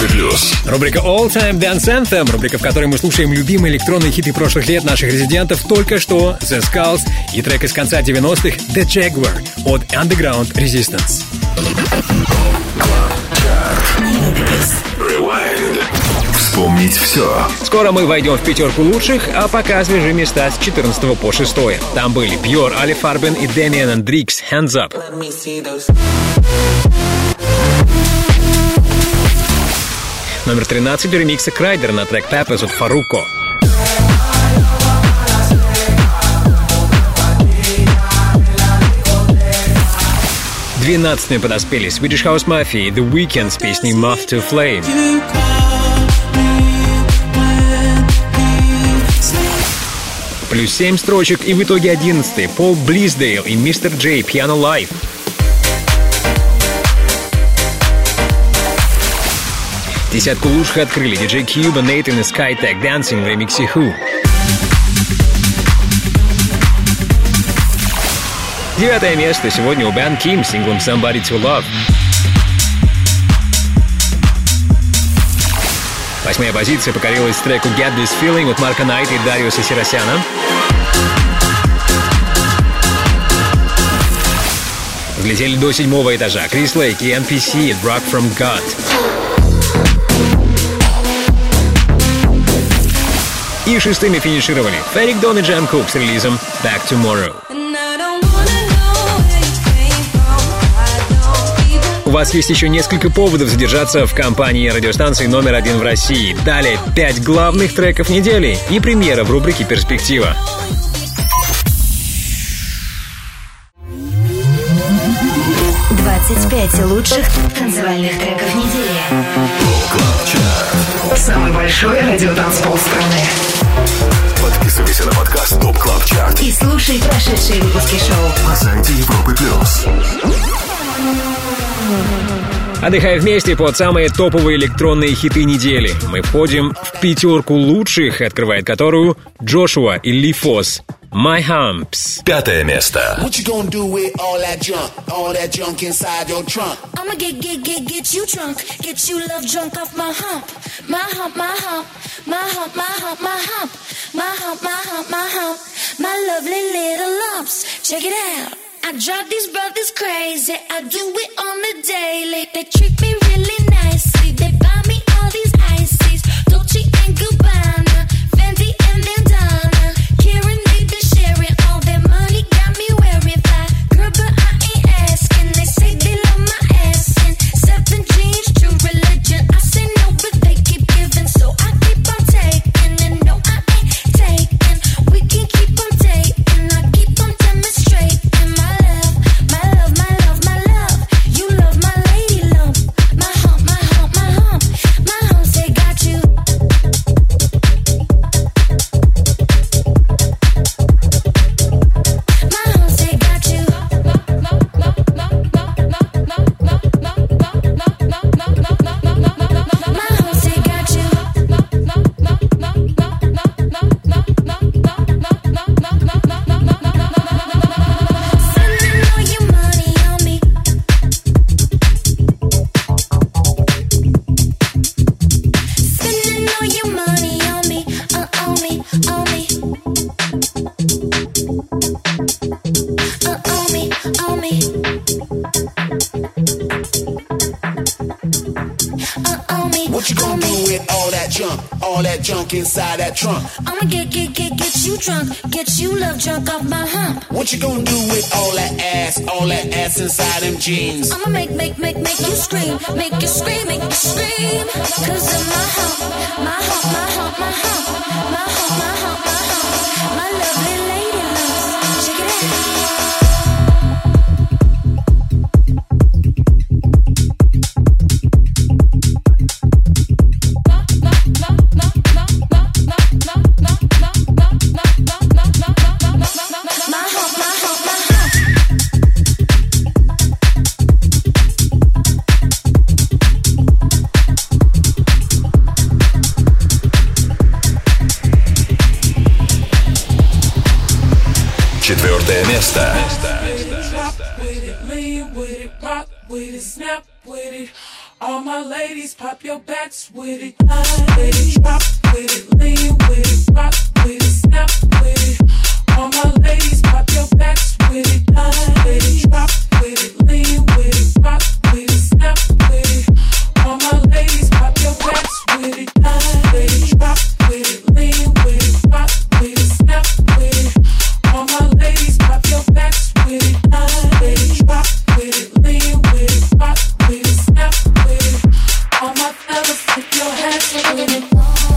плюс. Рубрика All Time Dance Anthem, рубрика, в которой мы слушаем любимые электронные хиты прошлых лет наших резидентов, только что The Skulls и трек из конца 90-х The Jaguar от Underground Resistance. Rewind. Вспомнить все. Скоро мы войдем в пятерку лучших, а пока свежие места с 14 по 6. Там были Pure, Ali Farben и Damian Hendrix, Hands Up. Let me see those. Номер 13 ремикса Крайдер на трек Peppers от Фаруко. 12-ми подоспели Swedish House Mafia и The Weeknd с песней Moth to Flame. Плюс 7 строчек и в итоге 11-й Пол Близдейл и Mr. J Piano Live. Десятку лучших открыли DJ Cube, Nathan и Skytech Dancing в ремиксе Who. 9 место сегодня у Бен Ким с синглом Somebody to Love. 8-я позиция покорилась треку Get This Feeling от Марка Найта и Дариуса Сиросяна. Взлетели до 7-го этажа Крис Лейк и NPC Drug From God. И 6-ми финишировали Ферик Дон и Джем Кук с релизом Back Tomorrow. У вас есть еще несколько поводов задержаться в компании радиостанции номер 1 в России. Далее 5 главных треков недели и премьера в рубрике «Перспектива». «25 лучших танцевальных треков недели». Самый большой радиотанцпол страны. Подписывайся на подкаст Top Club Chart И слушай прошедшие выпуски шоу на сайте Европы Плюс. Отдыхая вместе под самые топовые электронные хиты недели. Мы входим в пятерку лучших, открывает которую Джошуа и Ли Фос. My Humps. 5 место. What you gonna do with all that junk inside your trunk? I'ma get you drunk, get you love drunk off my hump, my hump, my hump, my hump, my hump, my hump, my hump, my hump, my hump, my lovely little lumps. Check it out. I drive these brothers crazy. I do it on the daily. They treat me really nicely. They buy me all these ices, Dolce and Gabbana, Fendi and Bandana. Karen made the sharing. All their money got me wearing fly. Girl, but I ain't asking. They say they love my ass and 7 jeans, true religion. I say no, but they keep giving, so I keep on taking. And no, I ain't taking. We can keep on taking. I keep on demonstrating. You love my lady lump, my hump, my hump, my hump, my hump, they got you. My hump, they got you. My hump, they got you. Spending all your money on me. Spending all your money on me, on me, on me. On me, on me. On me. What you gonna do with all that junk inside that trunk? I'ma get you drunk, get you love drunk off my hump. What you gonna do with all that ass inside them jeans? I'ma make you scream, make you scream, make you scream. 'Cause of my hump, my hump, my hump, my hump, my hump, my hump, my hump, my lovely lady loves. Check it out. My hump, my hump, my hump. Четвертое место. With it, lean with it, rock with it, snap with it. All my ladies, pop your backs with it. Ladies, drop with it, lean with it, rock with it, snap with it. All my ladies, pop your backs with it. Ladies, drop with it, lean with it, rock with it, snap with it. All my ladies, pop your backs with it. Ladies, drop with it, lean with it, rock with it, snap with it. All my ladies, pop your backs with it. Ladies, drop with it, lean with it, rock with it, snap with it. All my fellas, put your hands with it.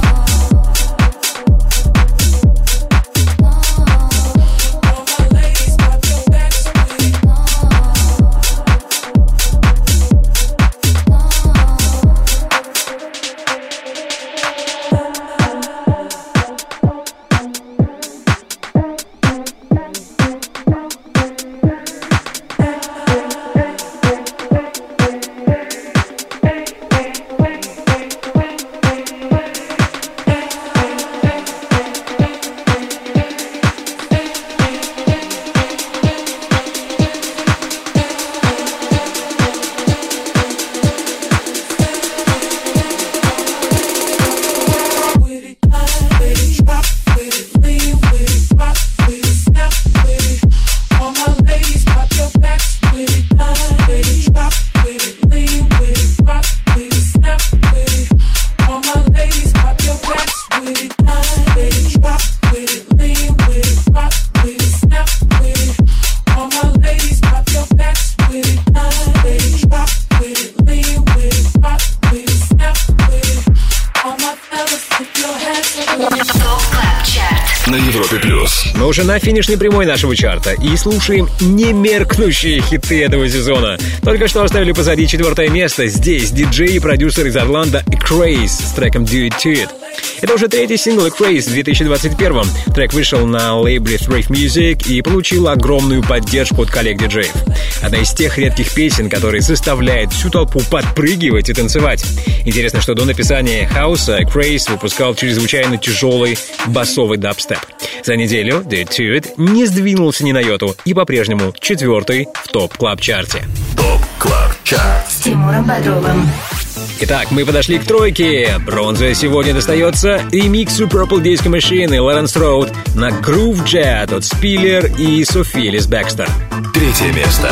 Мы уже на финишной прямой нашего чарта и слушаем немеркнущие хиты этого сезона. Только что оставили позади 4-е место. Здесь диджей и продюсер из Орландо Craze с треком Do It To It. Это уже 3-й сингл Craze в 2021-м. Трек вышел на лейбле Thrive Music и получил огромную поддержку от коллег-диджеев. Одна из тех редких песен, которые заставляет всю толпу подпрыгивать и танцевать. Интересно, что до написания хауса Craze выпускал чрезвычайно тяжелый басовый дабстеп. За неделю Do It To It не сдвинулся ни на йоту и по-прежнему 4-й в топ-клаб-чарте. Топ-клаб-чарт С Тимуром Бодровым. Итак, мы подошли к тройке. Бронза сегодня достается ремиксу Purple Disco Machine и Лоренс Роуд на Groove Jet от Спиллер и Софи Лис Бэкстер. 3-е место.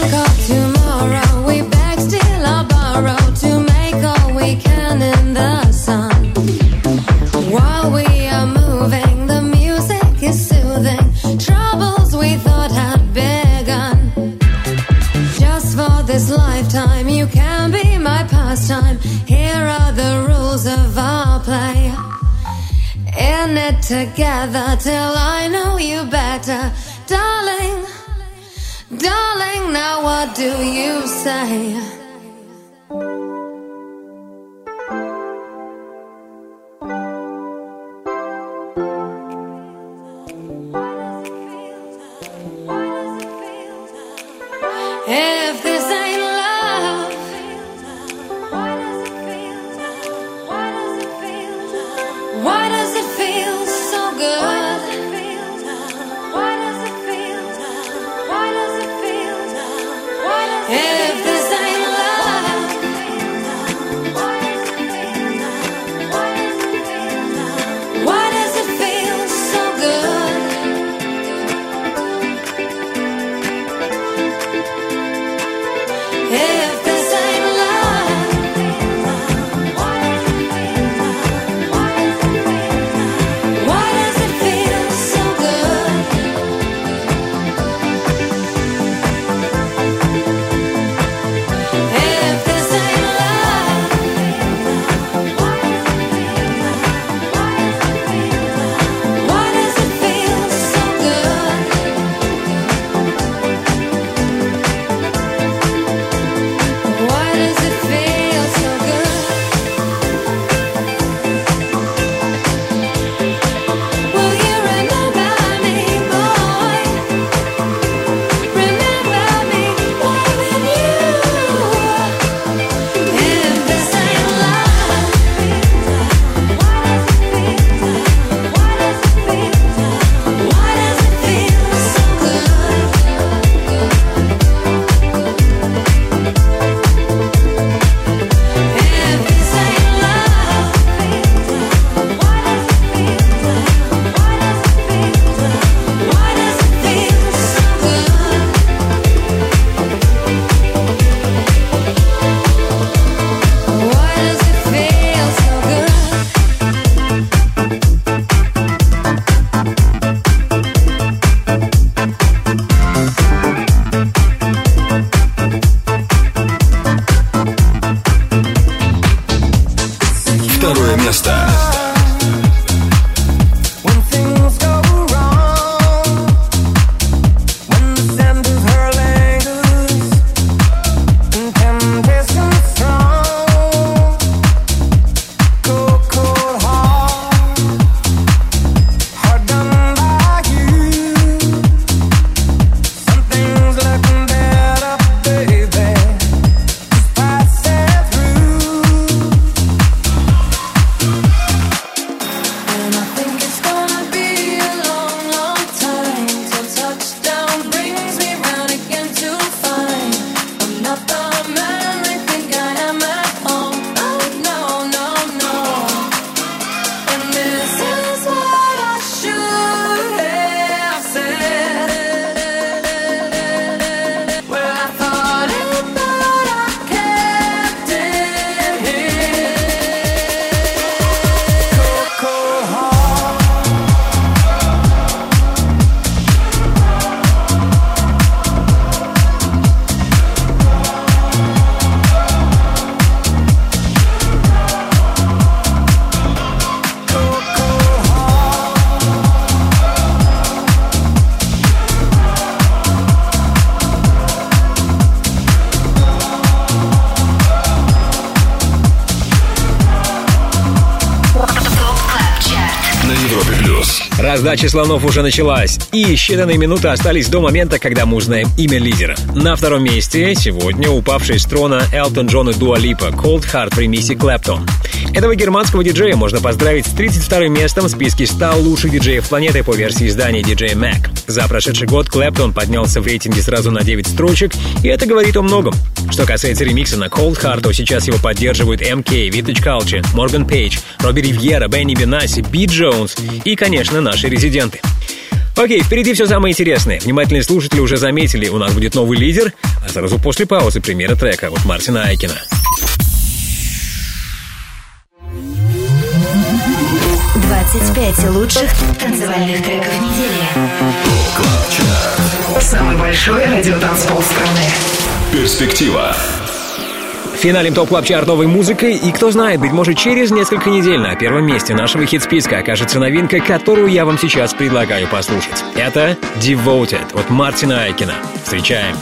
This lifetime, you can be my pastime. Here are the rules of our play. In it together till I know you better. Darling, darling, now what do you say? If this ain't love, why does it feel so good? If this ain't love, why does it feel so good? Раздача слонов уже началась, и считанные минуты остались до момента, когда мы узнаем имя лидера. На втором месте сегодня упавший с трона Элтон Джон и Дуа Липа «Cold Heart» в ремиксе Клэптон. Этого германского диджея можно поздравить с 32-м местом в списке 100 лучших диджеев планеты по версии издания DJ Mag. За прошедший год Клэптон поднялся в рейтинге сразу на 9 строчек, и это говорит о многом. Что касается ремикса на Cold Heart, то сейчас его поддерживают MK, Vintage Culture, Морган Пейдж, Робби Ривьера, Бенни Бенаси, Би Джонс и, конечно, наши резиденты. Окей, впереди все самое интересное. Внимательные слушатели уже заметили, у нас будет новый лидер, а сразу после паузы премьера трека от Мартина Айкина. 25 лучших танцевальных треков недели. Самый большой радиотанцпол страны. Перспектива. Финалем ТОП Клаб Чарт новой музыкой, и кто знает, быть может, через несколько недель на первом месте нашего хит-списка окажется новинка, которую я вам сейчас предлагаю послушать. Это Devoted от Мартина Айкина. Встречаем.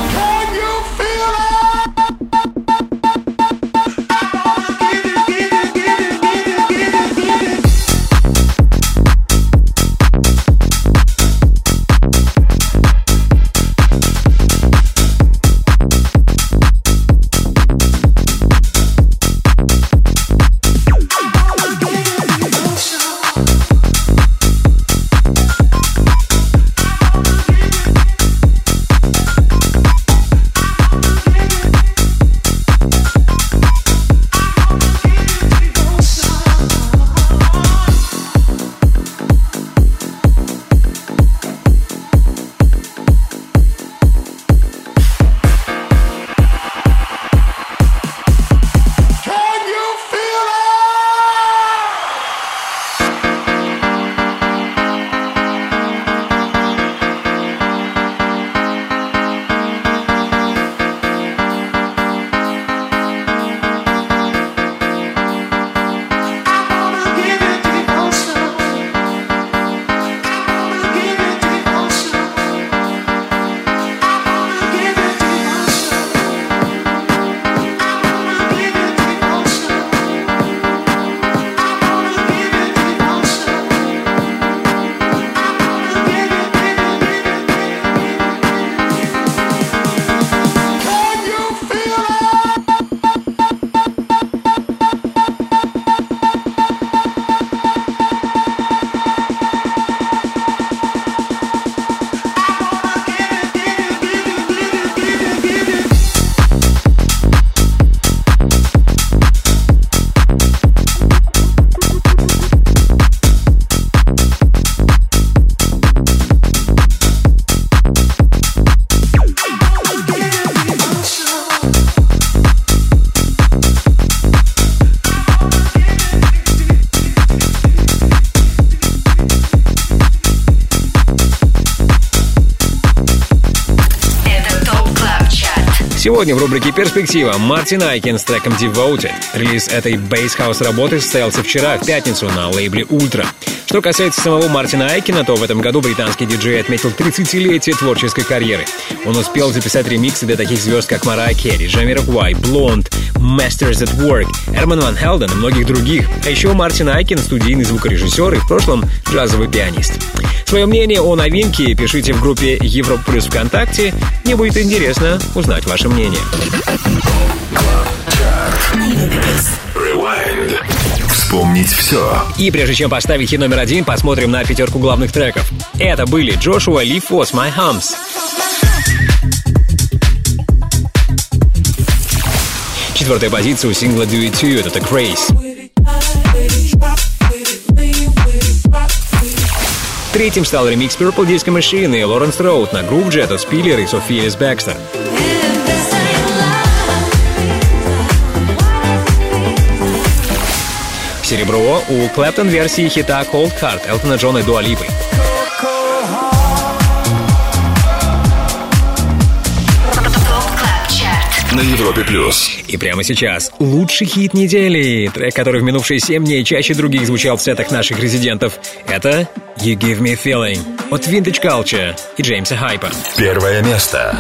Сегодня в рубрике «Перспектива» Мартин Айкин с треком «Devoted». Релиз этой бейс-хаус работы состоялся вчера, в пятницу, на лейбле «Ультра». Что касается самого Мартина Айкина, то в этом году британский диджей отметил 30-летие творческой карьеры. Он успел записать ремиксы для таких звезд, как Марайя Керри, Джамироquai, Blonde, Masters at Work, Эрман Ван Хелден и многих других. А еще Мартин Айкин — студийный звукорежиссер и в прошлом джазовый пианист. Свое мнение о новинке пишите в группе Европа Плюс ВКонтакте. Мне будет интересно узнать ваше мнение. Rewind. Вспомнить все. И прежде чем поставить хит номер 1, посмотрим на пятерку главных треков. Это были Джошуа Ли Фосс «My Humps». Четвертая позиция у сингла Do It To You — это Craze. Третьим стал ремикс Purple Disco Machine и Lawrence Road на Groove Jet от Spiller и Софи Элис Бэкстер. Серебро у Клэптон версии хита Cold Heart Элтона Джона и Дуа Липы. На Европе Плюс. И прямо сейчас лучший хит недели. Трек, который в минувшие 7 дней чаще других звучал в сетах наших резидентов. Это You Give Me Feeling от Vintage Culture и Джеймса Хайпа. Первое место.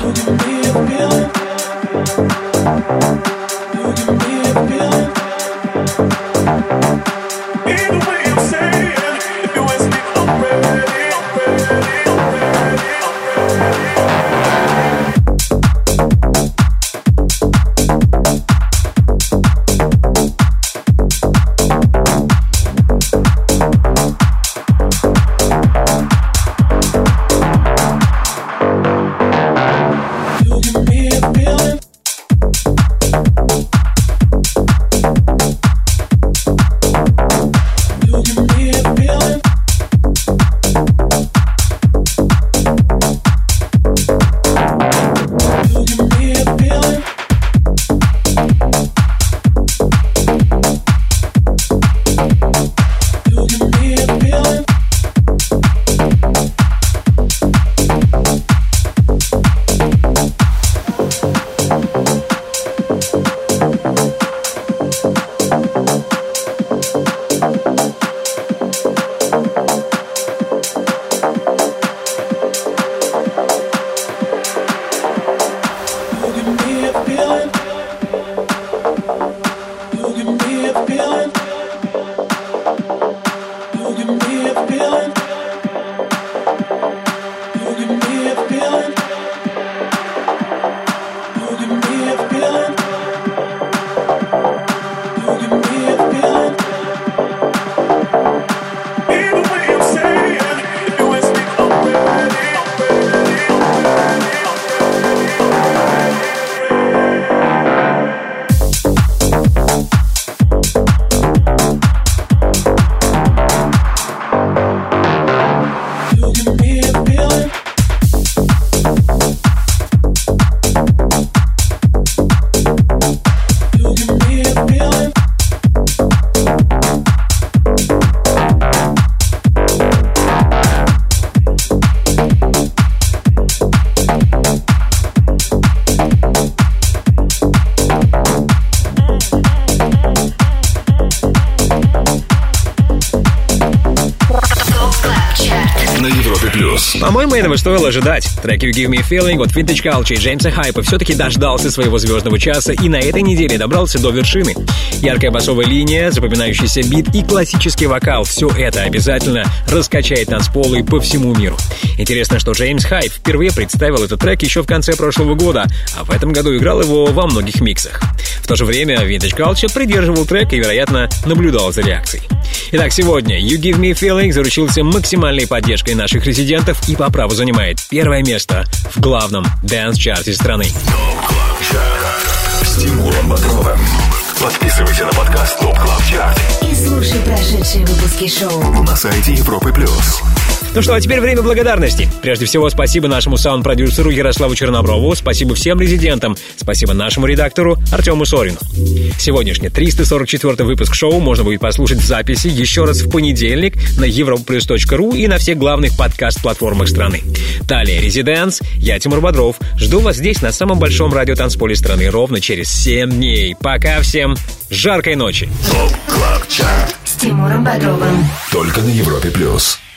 Either way you say it, if you ain't sleeping on bread. По-моему, этого стоило ожидать. Трек You Give Me Feeling от Vintage Culture и Джеймса Хайпа все-таки дождался своего звездного часа и на этой неделе добрался до вершины. Яркая басовая линия, запоминающийся бит и классический вокал — все это обязательно раскачает танцполы по всему миру. Интересно, что Джеймс Хайп впервые представил этот трек еще в конце прошлого года, а в этом году играл его во многих миксах. В то же время Vintage Culture придерживал трек и, вероятно, наблюдал за реакцией. Итак, сегодня You Give Me Feeling заручился максимальной поддержкой наших резидентов и по праву занимает первое место в главном дэнс-чарте страны. С Тимуром Бодровым. Подписывайся на подкаст Top Club Chart И слушай прошедшие выпуски шоу на сайте Европы+. Ну что, а теперь время благодарности. Прежде всего, спасибо нашему саунд-продюсеру Ярославу Черноброву, спасибо всем резидентам, спасибо нашему редактору Артему Сорину. Сегодняшний 344 выпуск шоу можно будет послушать в записи еще раз в понедельник на europaplus.ru и на всех главных подкаст-платформах страны. Далее Резиденс, я Тимур Бодров. Жду вас здесь, на самом большом радиотанцполе страны, ровно через 7 дней. Пока всем, жаркой ночи. Top Club Chart с Тимуром Бодровым. только на Европе+.